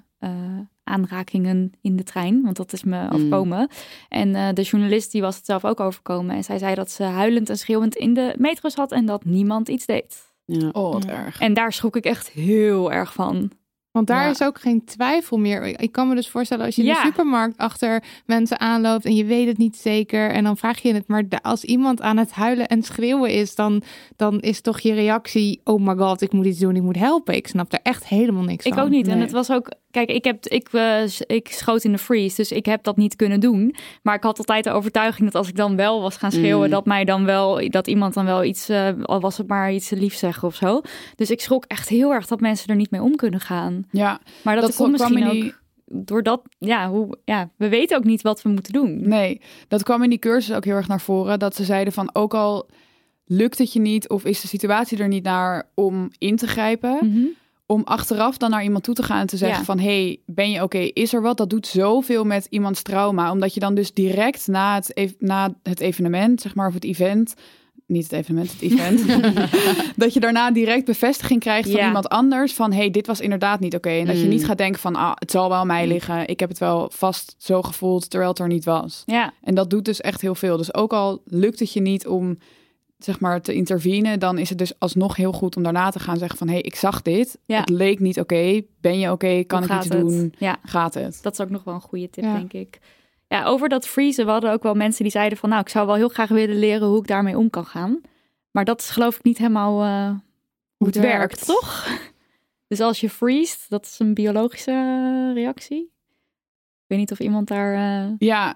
aanrakingen in de trein. Want dat is me overkomen. En de journalist die was het zelf ook overkomen. En zij zei dat ze huilend en schreeuwend in de metro zat en dat niemand iets deed. Ja. Oh, wat erg. En daar schrok ik echt heel erg van. Want daar is ook geen twijfel meer. Ik kan me dus voorstellen als je in de supermarkt achter mensen aanloopt en je weet het niet zeker en dan vraag je het. Maar als iemand aan het huilen en schreeuwen is, dan is toch je reactie, oh my god, ik moet iets doen, ik moet helpen. Ik snap er echt helemaal niks van. Ik ook niet. Nee. En het was ook, kijk, ik schoot in de freeze, dus ik heb dat niet kunnen doen. Maar ik had altijd de overtuiging dat als ik dan wel was gaan schreeuwen, dat iemand dan wel iets, al was het maar iets liefs zeggen of zo. Dus ik schrok echt heel erg dat mensen er niet mee om kunnen gaan. Ja, maar dat komt misschien ook doordat, we weten ook niet wat we moeten doen. Nee, dat kwam in die cursus ook heel erg naar voren. Dat ze zeiden van, ook al lukt het je niet of is de situatie er niet naar om in te grijpen, om achteraf dan naar iemand toe te gaan en te zeggen van, ben je oké? Is er wat? Dat doet zoveel met iemands trauma, omdat je dan dus direct na het evenement, zeg maar, of het event, niet het evenement, het event. Dat je daarna direct bevestiging krijgt van iemand anders. Van, hey, dit was inderdaad niet oké. En dat je niet gaat denken van, het zal wel aan mij liggen. Ik heb het wel vast zo gevoeld, terwijl het er niet was. Ja. En dat doet dus echt heel veel. Dus ook al lukt het je niet om, zeg maar, te intervenen, dan is het dus alsnog heel goed om daarna te gaan zeggen van, hey, ik zag dit. Ja. Het leek niet oké. Ben je oké? Kan ik iets doen? Ja. Gaat het? Dat is ook nog wel een goede tip, denk ik. Ja, over dat freezen, we hadden ook wel mensen die zeiden van, ik zou wel heel graag willen leren hoe ik daarmee om kan gaan. Maar dat is geloof ik niet helemaal hoe het werkt, toch? Dus als je freest, dat is een biologische reactie. Ik weet niet of iemand daar...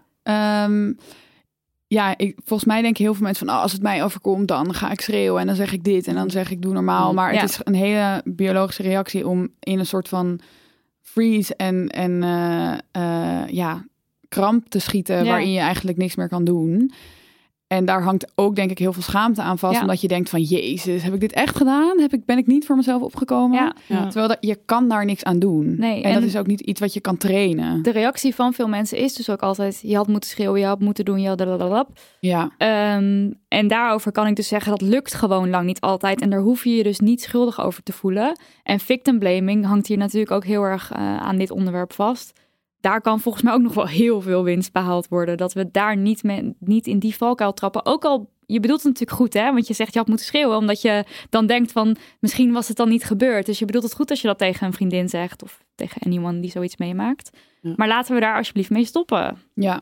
Volgens mij denken heel veel mensen van, als het mij overkomt, dan ga ik schreeuwen en dan zeg ik dit en dan zeg ik doe normaal. Maar het is een hele biologische reactie om in een soort van freeze en kramp te schieten waarin je eigenlijk niks meer kan doen. En daar hangt ook denk ik heel veel schaamte aan vast. Omdat je denkt van, Jezus, heb ik dit echt gedaan? Ben ik niet voor mezelf opgekomen? Ja. Terwijl je kan daar niks aan doen. Nee, en dat is ook niet iets wat je kan trainen. De reactie van veel mensen is dus ook altijd, je had moeten schreeuwen, je had moeten doen, Ja. En daarover kan ik dus zeggen, dat lukt gewoon lang niet altijd. En daar hoef je je dus niet schuldig over te voelen. En victim blaming hangt hier natuurlijk ook heel erg aan dit onderwerp vast. Daar kan volgens mij ook nog wel heel veel winst behaald worden. Dat we daar niet in die valkuil trappen. Ook al, je bedoelt het natuurlijk goed, hè? Want je zegt je had moeten schreeuwen. Omdat je dan denkt van, misschien was het dan niet gebeurd. Dus je bedoelt het goed als je dat tegen een vriendin zegt. Of tegen anyone die zoiets meemaakt. Ja. Maar laten we daar alsjeblieft mee stoppen. Ja.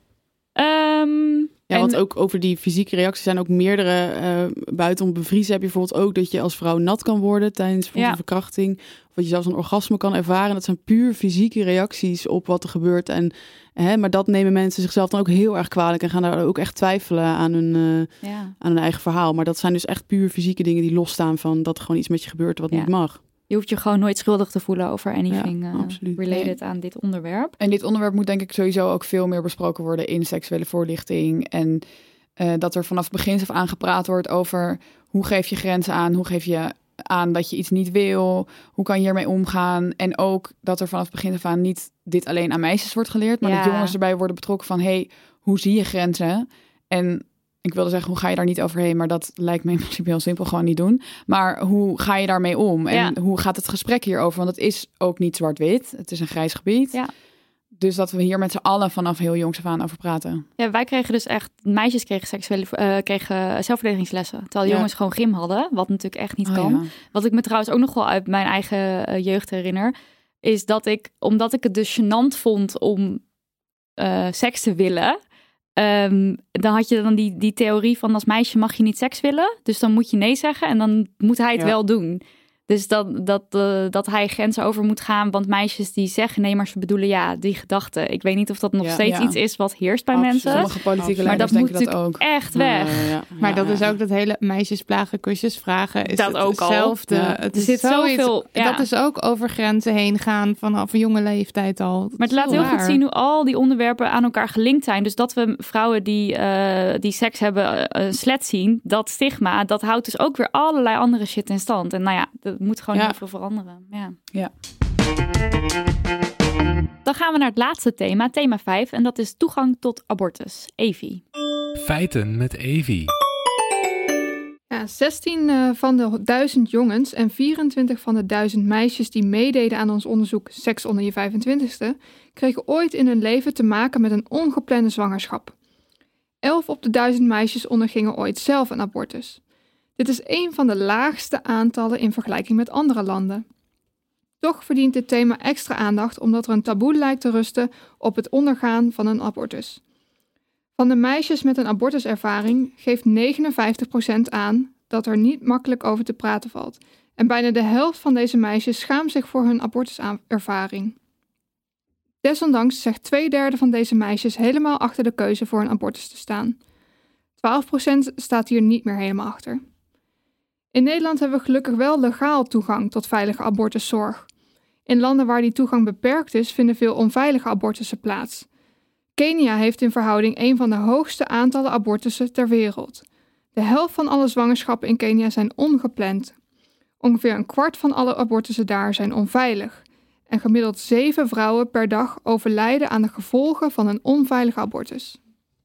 Want ook over die fysieke reacties zijn ook meerdere. Buiten om bevriezen heb je bijvoorbeeld ook dat je als vrouw nat kan worden tijdens een verkrachting. Of dat je zelfs een orgasme kan ervaren. Dat zijn puur fysieke reacties op wat er gebeurt. Maar dat nemen mensen zichzelf dan ook heel erg kwalijk en gaan daar ook echt twijfelen aan hun eigen verhaal. Maar dat zijn dus echt puur fysieke dingen die losstaan van dat er gewoon iets met je gebeurt wat niet mag. Je hoeft je gewoon nooit schuldig te voelen over anything related aan dit onderwerp. En dit onderwerp moet denk ik sowieso ook veel meer besproken worden in seksuele voorlichting. En dat er vanaf het begin af aan gepraat wordt over hoe geef je grenzen aan, hoe geef je aan dat je iets niet wil, hoe kan je hiermee omgaan. En ook dat er vanaf het begin af aan niet dit alleen aan meisjes wordt geleerd, maar dat jongens erbij worden betrokken van, hey, hoe zie je grenzen? En ik wilde zeggen, hoe ga je daar niet overheen? Maar dat lijkt me in principe heel simpel, gewoon niet doen. Maar hoe ga je daarmee om? En hoe gaat het gesprek hierover? Want het is ook niet zwart-wit. Het is een grijs gebied. Ja. Dus dat we hier met z'n allen vanaf heel jongs af aan over praten. Ja, wij kregen dus echt, meisjes kregen zelfverdedigingslessen. Terwijl jongens gewoon gym hadden, wat natuurlijk echt niet kan. Ja. Wat ik me trouwens ook nog wel uit mijn eigen jeugd herinner, is dat omdat ik het dus gênant vond om seks te willen, dan had je dan die theorie van als meisje mag je niet seks willen. Dus dan moet je nee zeggen en dan moet hij het wel doen. Dus dat hij grenzen over moet gaan. Want meisjes die zeggen nee, maar ze bedoelen die gedachte. Ik weet niet of dat nog steeds iets is wat heerst bij mensen. Sommige politieke maar leiders dat moet denken natuurlijk dat ook. echt weg. Maar dat is ook dat hele meisjes plagen, kusjes vragen. Is dat ook hetzelfde. Ja. Het is zoveel. Dat is ook over grenzen heen gaan vanaf een jonge leeftijd al. Maar het laat heel goed zien hoe al die onderwerpen aan elkaar gelinkt zijn. Dus dat we vrouwen die seks hebben slet zien, dat stigma, dat houdt dus ook weer allerlei andere shit in stand. En dat moet gewoon heel veel veranderen. Ja. Dan gaan we naar het laatste thema, thema 5. En dat is toegang tot abortus. Evie. Feiten met Evie. 16 van de 1000 jongens en 24 van de 1000 meisjes die meededen aan ons onderzoek Seks onder je 25ste... kregen ooit in hun leven te maken met een ongeplande zwangerschap. 11 op de 1000 meisjes ondergingen ooit zelf een abortus. Dit is een van de laagste aantallen in vergelijking met andere landen. Toch verdient dit thema extra aandacht omdat er een taboe lijkt te rusten op het ondergaan van een abortus. Van de meisjes met een abortuservaring geeft 59% aan dat er niet makkelijk over te praten valt. En bijna de helft van deze meisjes schaamt zich voor hun abortuservaring. Desondanks zegt 2/3 van deze meisjes helemaal achter de keuze voor een abortus te staan. 12% staat hier niet meer helemaal achter. In Nederland hebben we gelukkig wel legaal toegang tot veilige abortuszorg. In landen waar die toegang beperkt is, vinden veel onveilige abortussen plaats. Kenia heeft in verhouding een van de hoogste aantallen abortussen ter wereld. De helft van alle zwangerschappen in Kenia zijn ongepland. Ongeveer 1/4 van alle abortussen daar zijn onveilig. En gemiddeld 7 vrouwen per dag overlijden aan de gevolgen van een onveilige abortus.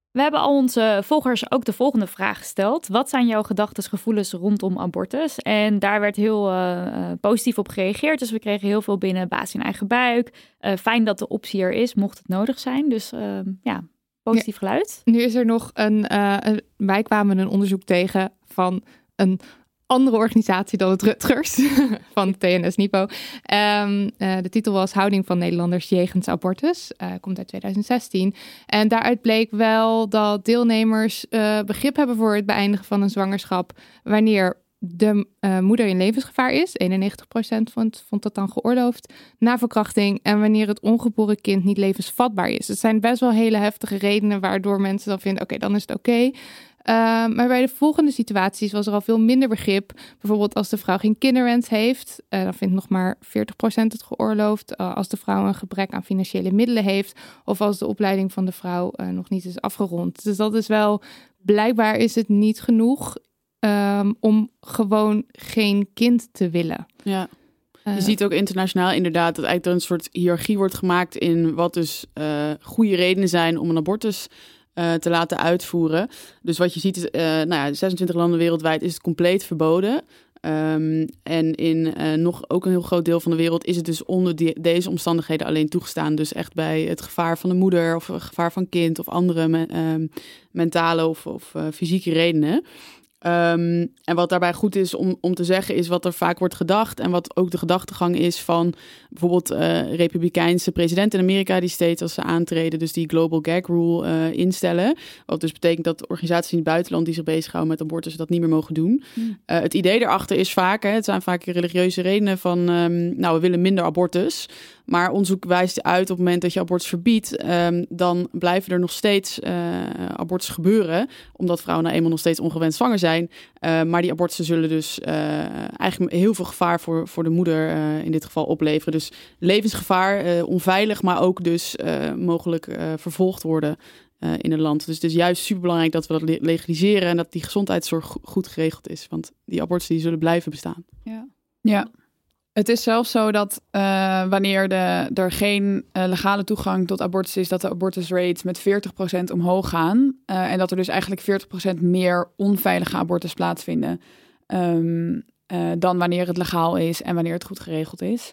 We hebben al onze volgers ook de volgende vraag gesteld. Wat zijn jouw gedachten, gevoelens rondom abortus? En daar werd heel positief op gereageerd. Dus we kregen heel veel binnen baas in eigen buik. Fijn dat de optie er is, mocht het nodig zijn. Dus positief geluid. Nu is er nog wij kwamen een onderzoek tegen van een andere organisatie dan het Rutgers van TNS-Nipo. De titel was Houding van Nederlanders jegens abortus. Komt uit 2016. En daaruit bleek wel dat deelnemers begrip hebben voor het beëindigen van een zwangerschap wanneer de moeder in levensgevaar is. 91% vond dat dan geoorloofd na verkrachting. En wanneer het ongeboren kind niet levensvatbaar is. Het zijn best wel hele heftige redenen waardoor mensen dan vinden, oké, dan is het oké. Maar bij de volgende situaties was er al veel minder begrip. Bijvoorbeeld als de vrouw geen kinderwens heeft, dan vindt nog maar 40% het geoorloofd. Als de vrouw een gebrek aan financiële middelen heeft, of als de opleiding van de vrouw nog niet is afgerond. Dus dat is wel, blijkbaar is het niet genoeg om gewoon geen kind te willen. Ja. Je ziet ook internationaal inderdaad dat eigenlijk er een soort hiërarchie wordt gemaakt in wat dus goede redenen zijn om een abortus te laten uitvoeren. Dus wat je ziet is, 26 landen wereldwijd is het compleet verboden. En in nog ook een heel groot deel van de wereld is het dus onder deze omstandigheden alleen toegestaan. Dus echt bij het gevaar van de moeder of het gevaar van kind of andere mentale of fysieke redenen. En wat daarbij goed is om te zeggen is wat er vaak wordt gedacht en wat ook de gedachtegang is van bijvoorbeeld republikeinse presidenten in Amerika die steeds als ze aantreden dus die Global Gag Rule instellen. Wat dus betekent dat organisaties in het buitenland die zich bezighouden met abortus dat niet meer mogen doen. Het idee erachter is vaak, het zijn vaak religieuze redenen van we willen minder abortus. Maar onderzoek wijst uit op het moment dat je abortus verbiedt, dan blijven er nog steeds abortus gebeuren. Omdat vrouwen nou eenmaal nog steeds ongewenst zwanger zijn. Maar die abortussen zullen dus eigenlijk heel veel gevaar voor de moeder in dit geval opleveren. Dus levensgevaar, onveilig, maar ook dus mogelijk vervolgd worden in een land. Dus het is juist superbelangrijk dat we dat legaliseren en dat die gezondheidszorg goed geregeld is. Want die abortussen die zullen blijven bestaan. Ja. Het is zelfs zo dat wanneer er geen legale toegang tot abortus is, dat de abortusrates met 40% omhoog gaan. En dat er dus eigenlijk 40% meer onveilige abortus plaatsvinden dan wanneer het legaal is en wanneer het goed geregeld is.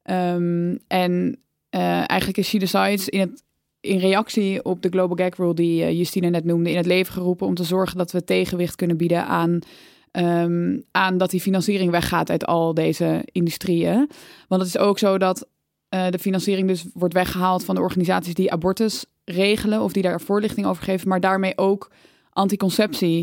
Eigenlijk is She Decides in reactie op de Global Gag Rule die Justine net noemde in het leven geroepen om te zorgen dat we tegenwicht kunnen bieden aan dat die financiering weggaat uit al deze industrieën. Want het is ook zo dat de financiering dus wordt weggehaald van de organisaties die abortus regelen of die daar voorlichting over geven, maar daarmee ook anticonceptie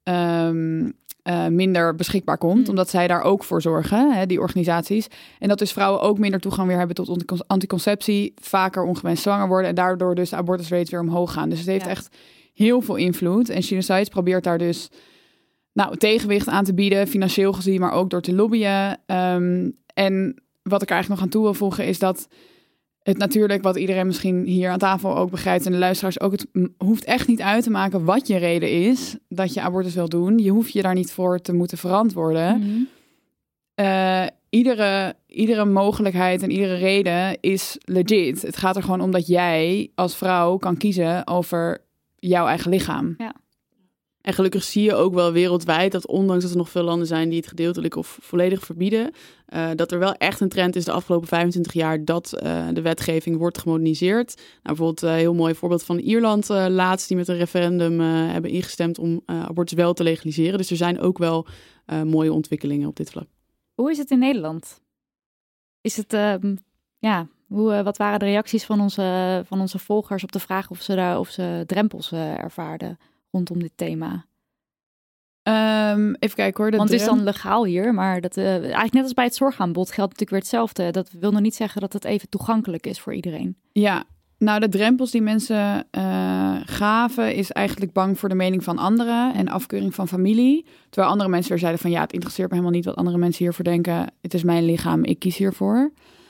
minder beschikbaar komt, omdat zij daar ook voor zorgen, die organisaties. En dat dus vrouwen ook minder toegang weer hebben tot anticonceptie, vaker ongewenst zwanger worden en daardoor dus de abortusrates weer omhoog gaan. Dus het heeft echt heel veel invloed. En She Decides probeert daar dus tegenwicht aan te bieden, financieel gezien, maar ook door te lobbyen. En wat ik er eigenlijk nog aan toe wil voegen is dat het natuurlijk, wat iedereen misschien hier aan tafel ook begrijpt en de luisteraars ook, het hoeft echt niet uit te maken wat je reden is dat je abortus wil doen. Je hoeft je daar niet voor te moeten verantwoorden. Mm-hmm. Iedere mogelijkheid en iedere reden is legit. Het gaat er gewoon om dat jij als vrouw kan kiezen over jouw eigen lichaam. Ja. En gelukkig zie je ook wel wereldwijd dat ondanks dat er nog veel landen zijn die het gedeeltelijk of volledig verbieden, dat er wel echt een trend is de afgelopen 25 jaar dat de wetgeving wordt gemoderniseerd. Bijvoorbeeld een heel mooi voorbeeld van Ierland laatst, die met een referendum hebben ingestemd om abortus wel te legaliseren. Dus er zijn ook wel mooie ontwikkelingen op dit vlak. Hoe is het in Nederland? Is het, wat waren de reacties van onze volgers op de vraag of ze drempels ervaarden rondom dit thema? Even kijken hoor. Want het is dan legaal hier, maar dat eigenlijk net als bij het zorgaanbod geldt natuurlijk weer hetzelfde. Dat wil nog niet zeggen dat het even toegankelijk is voor iedereen. Ja, nou de drempels die mensen gaven is eigenlijk bang voor de mening van anderen en afkeuring van familie. Terwijl andere mensen weer zeiden van ja, het interesseert me helemaal niet wat andere mensen hiervoor denken. Het is mijn lichaam, ik kies hiervoor.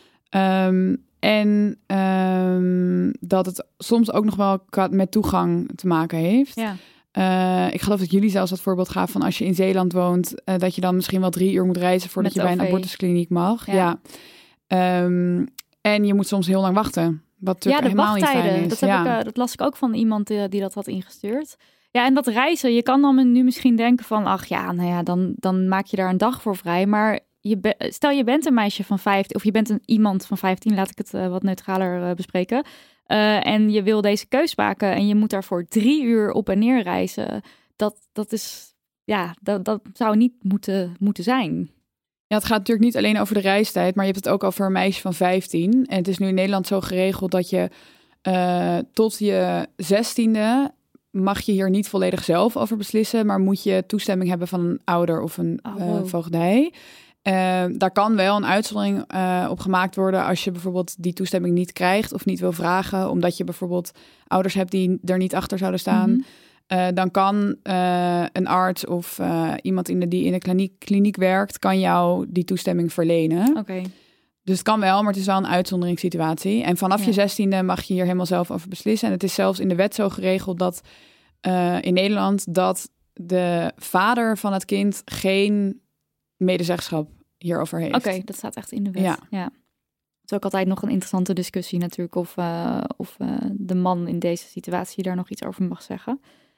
Dat het soms ook nog wel met toegang te maken heeft. Ja. Ik geloof dat jullie zelfs dat voorbeeld gaven van als je in Zeeland woont, dat je dan misschien wel 3 uur moet reizen voordat je bij een abortuskliniek mag. Ja. En je moet soms heel lang wachten Wat natuurlijk de helemaal niet wachttijden. fijn is. Dat las ik ook van iemand die dat had ingestuurd. Ja, en dat reizen. Je kan dan nu misschien denken van... dan maak je daar een dag voor vrij. Maar stel je bent een meisje van 15... of je bent iemand van 15... laat ik het wat neutraler bespreken... en je wil deze keus maken... en je moet daarvoor 3 uur op en neer reizen... dat is... Ja, dat zou niet moeten zijn. Ja, het gaat natuurlijk niet alleen over de reistijd... maar je hebt het ook over een meisje van 15. En het is nu in Nederland zo geregeld dat je... tot je 16e... mag je hier niet volledig zelf over beslissen... maar moet je toestemming hebben van een ouder of een voogdij. Daar kan wel een uitzondering op gemaakt worden... als je bijvoorbeeld die toestemming niet krijgt of niet wil vragen... omdat je bijvoorbeeld ouders hebt die er niet achter zouden staan... Mm-hmm. Dan kan een arts of iemand die in de kliniek werkt... kan jou die toestemming verlenen. Okay. Dus het kan wel, maar het is wel een uitzonderingssituatie. En vanaf je 16e mag je hier helemaal zelf over beslissen. En het is zelfs in de wet zo geregeld dat in Nederland... dat de vader van het kind geen medezeggenschap hierover heeft. Oké, dat staat echt in de wet. Ja. Het is ook altijd nog een interessante discussie natuurlijk... of de man in deze situatie daar nog iets over mag zeggen.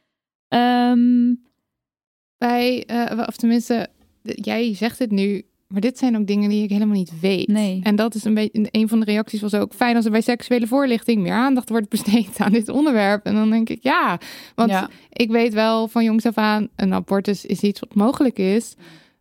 Of tenminste, jij zegt het nu... maar dit zijn ook dingen die ik helemaal niet weet. Nee. En dat is een van de reacties was ook... fijn als er bij seksuele voorlichting meer aandacht wordt besteed aan dit onderwerp. En dan denk ik, ik weet wel van jongs af aan... een abortus is iets wat mogelijk is...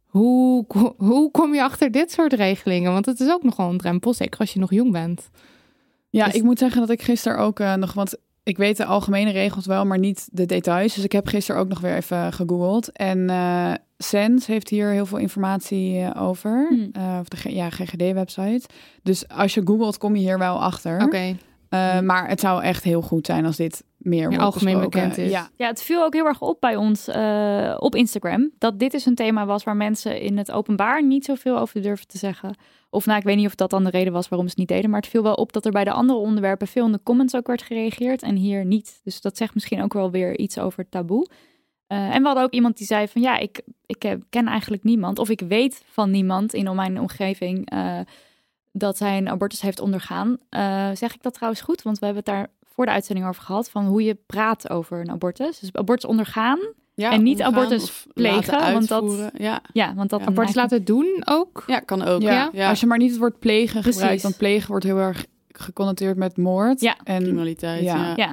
Hoe kom je achter dit soort regelingen? Want het is ook nogal een drempel, zeker als je nog jong bent. Ja, ik moet zeggen dat ik gisteren ook nog... want ik weet de algemene regels wel, maar niet de details. Dus ik heb gisteren ook nog weer even gegoogeld. En Sens heeft hier heel veel informatie over. Of de GGD-website. Dus als je googelt, kom je hier wel achter. Oké. Maar het zou echt heel goed zijn als dit meer algemeen bekend is. Ja, het viel ook heel erg op bij ons op Instagram. Dat dit dus een thema was waar mensen in het openbaar niet zoveel over durfden te zeggen. Of ik weet niet of dat dan de reden was waarom ze het niet deden. Maar het viel wel op dat er bij de andere onderwerpen veel in de comments ook werd gereageerd. En hier niet. Dus dat zegt misschien ook wel weer iets over het taboe. En we hadden ook iemand die zei van ik ken eigenlijk niemand. Of ik weet van niemand in mijn omgeving... dat hij een abortus heeft ondergaan. Zeg ik dat trouwens goed? Want we hebben het daar voor de uitzending over gehad... van hoe je praat over een abortus. Dus abortus ondergaan en niet abortus plegen. Want dat abortus laten doen ook? Ja, kan ook. Ja. Als je maar niet het woord plegen gebruikt... want plegen wordt heel erg geconnoteerd met moord. En criminaliteit.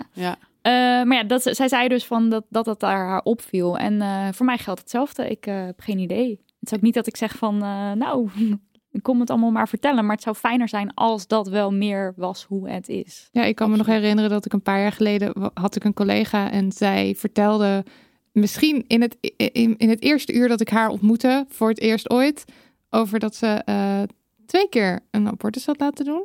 Maar zij zei dus van dat haar opviel. En voor mij geldt hetzelfde. Ik heb geen idee. Het is ook niet dat ik zeg van... ik kom het allemaal maar vertellen. Maar het zou fijner zijn als dat wel meer was hoe het is. Ja, ik kan me nog herinneren dat ik een paar jaar geleden... had ik een collega en zij vertelde... misschien in het eerste uur dat ik haar ontmoette... voor het eerst ooit... over dat ze 2 keer een abortus had laten doen.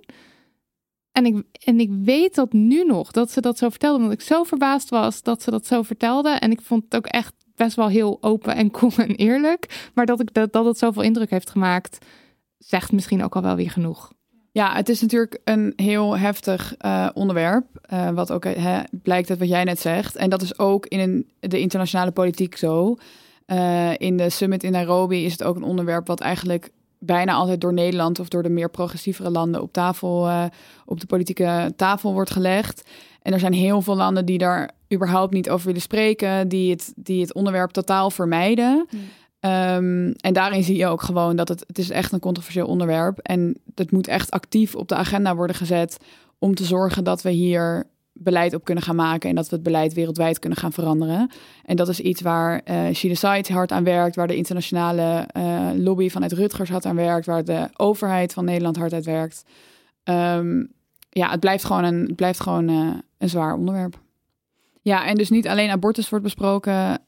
En ik weet dat nu nog, dat ze dat zo vertelde... omdat ik zo verbaasd was dat ze dat zo vertelde. En ik vond het ook echt best wel heel open en cool en eerlijk. Maar dat het zoveel indruk heeft gemaakt... zegt misschien ook al wel weer genoeg. Ja, het is natuurlijk een heel heftig onderwerp. Wat ook blijkt uit wat jij net zegt. En dat is ook in de internationale politiek zo. In de summit in Nairobi is het ook een onderwerp... wat eigenlijk bijna altijd door Nederland... of door de meer progressievere landen op de politieke tafel wordt gelegd. En er zijn heel veel landen die daar überhaupt niet over willen spreken... die het onderwerp totaal vermijden... En daarin zie je ook gewoon dat het is echt een controversieel onderwerp. En het moet echt actief op de agenda worden gezet... om te zorgen dat we hier beleid op kunnen gaan maken... en dat we het beleid wereldwijd kunnen gaan veranderen. En dat is iets waar She Decides hard aan werkt... waar de internationale lobby vanuit Rutgers hard aan werkt... waar de overheid van Nederland hard aan werkt. Het blijft gewoon een zwaar onderwerp. Ja, en dus niet alleen abortus wordt besproken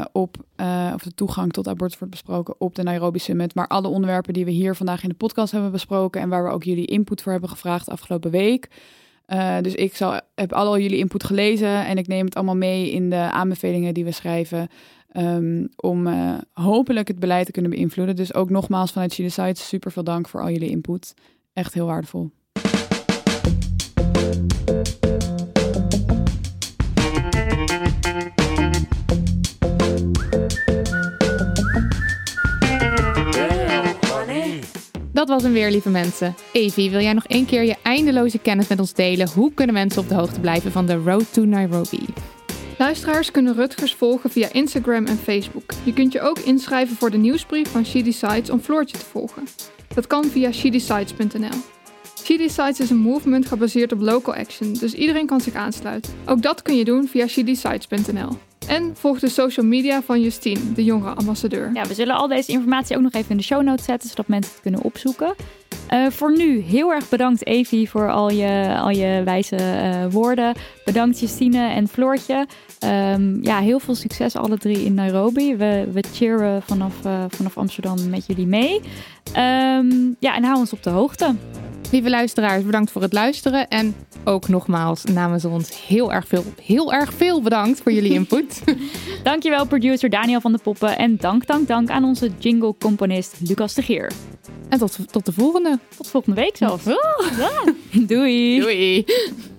of de toegang tot abortus wordt besproken op de Nairobi Summit, maar alle onderwerpen die we hier vandaag in de podcast hebben besproken en waar we ook jullie input voor hebben gevraagd afgelopen week. Dus ik heb al jullie input gelezen en ik neem het allemaal mee in de aanbevelingen die we schrijven om hopelijk het beleid te kunnen beïnvloeden. Dus ook nogmaals vanuit She Decides super veel dank voor al jullie input. Echt heel waardevol. Dat was hem weer, lieve mensen. Evie, wil jij nog 1 keer je eindeloze kennis met ons delen? Hoe kunnen mensen op de hoogte blijven van de Road to Nairobi? Luisteraars kunnen Rutgers volgen via Instagram en Facebook. Je kunt je ook inschrijven voor de nieuwsbrief van She Decides om Floortje te volgen. Dat kan via shedecides.nl. She Decides is een movement gebaseerd op local action, dus iedereen kan zich aansluiten. Ook dat kun je doen via shedecides.nl. En volg de social media van Justine, de jongerenambassadeur. Ja, we zullen al deze informatie ook nog even in de show notes zetten, zodat mensen het kunnen opzoeken. Voor nu heel erg bedankt Evie voor al je wijze woorden. Bedankt Justine en Floortje. Heel veel succes alle 3 in Nairobi. We cheeren vanaf Amsterdam met jullie mee. En hou ons op de hoogte. Lieve luisteraars, bedankt voor het luisteren. En ook nogmaals namens ons heel erg veel bedankt voor jullie input. Dankjewel producer Daniel van de Poppen. En dank aan onze jingle-componist Lucas de Geer. En tot de volgende. Tot volgende week zelfs. Doei. Doei.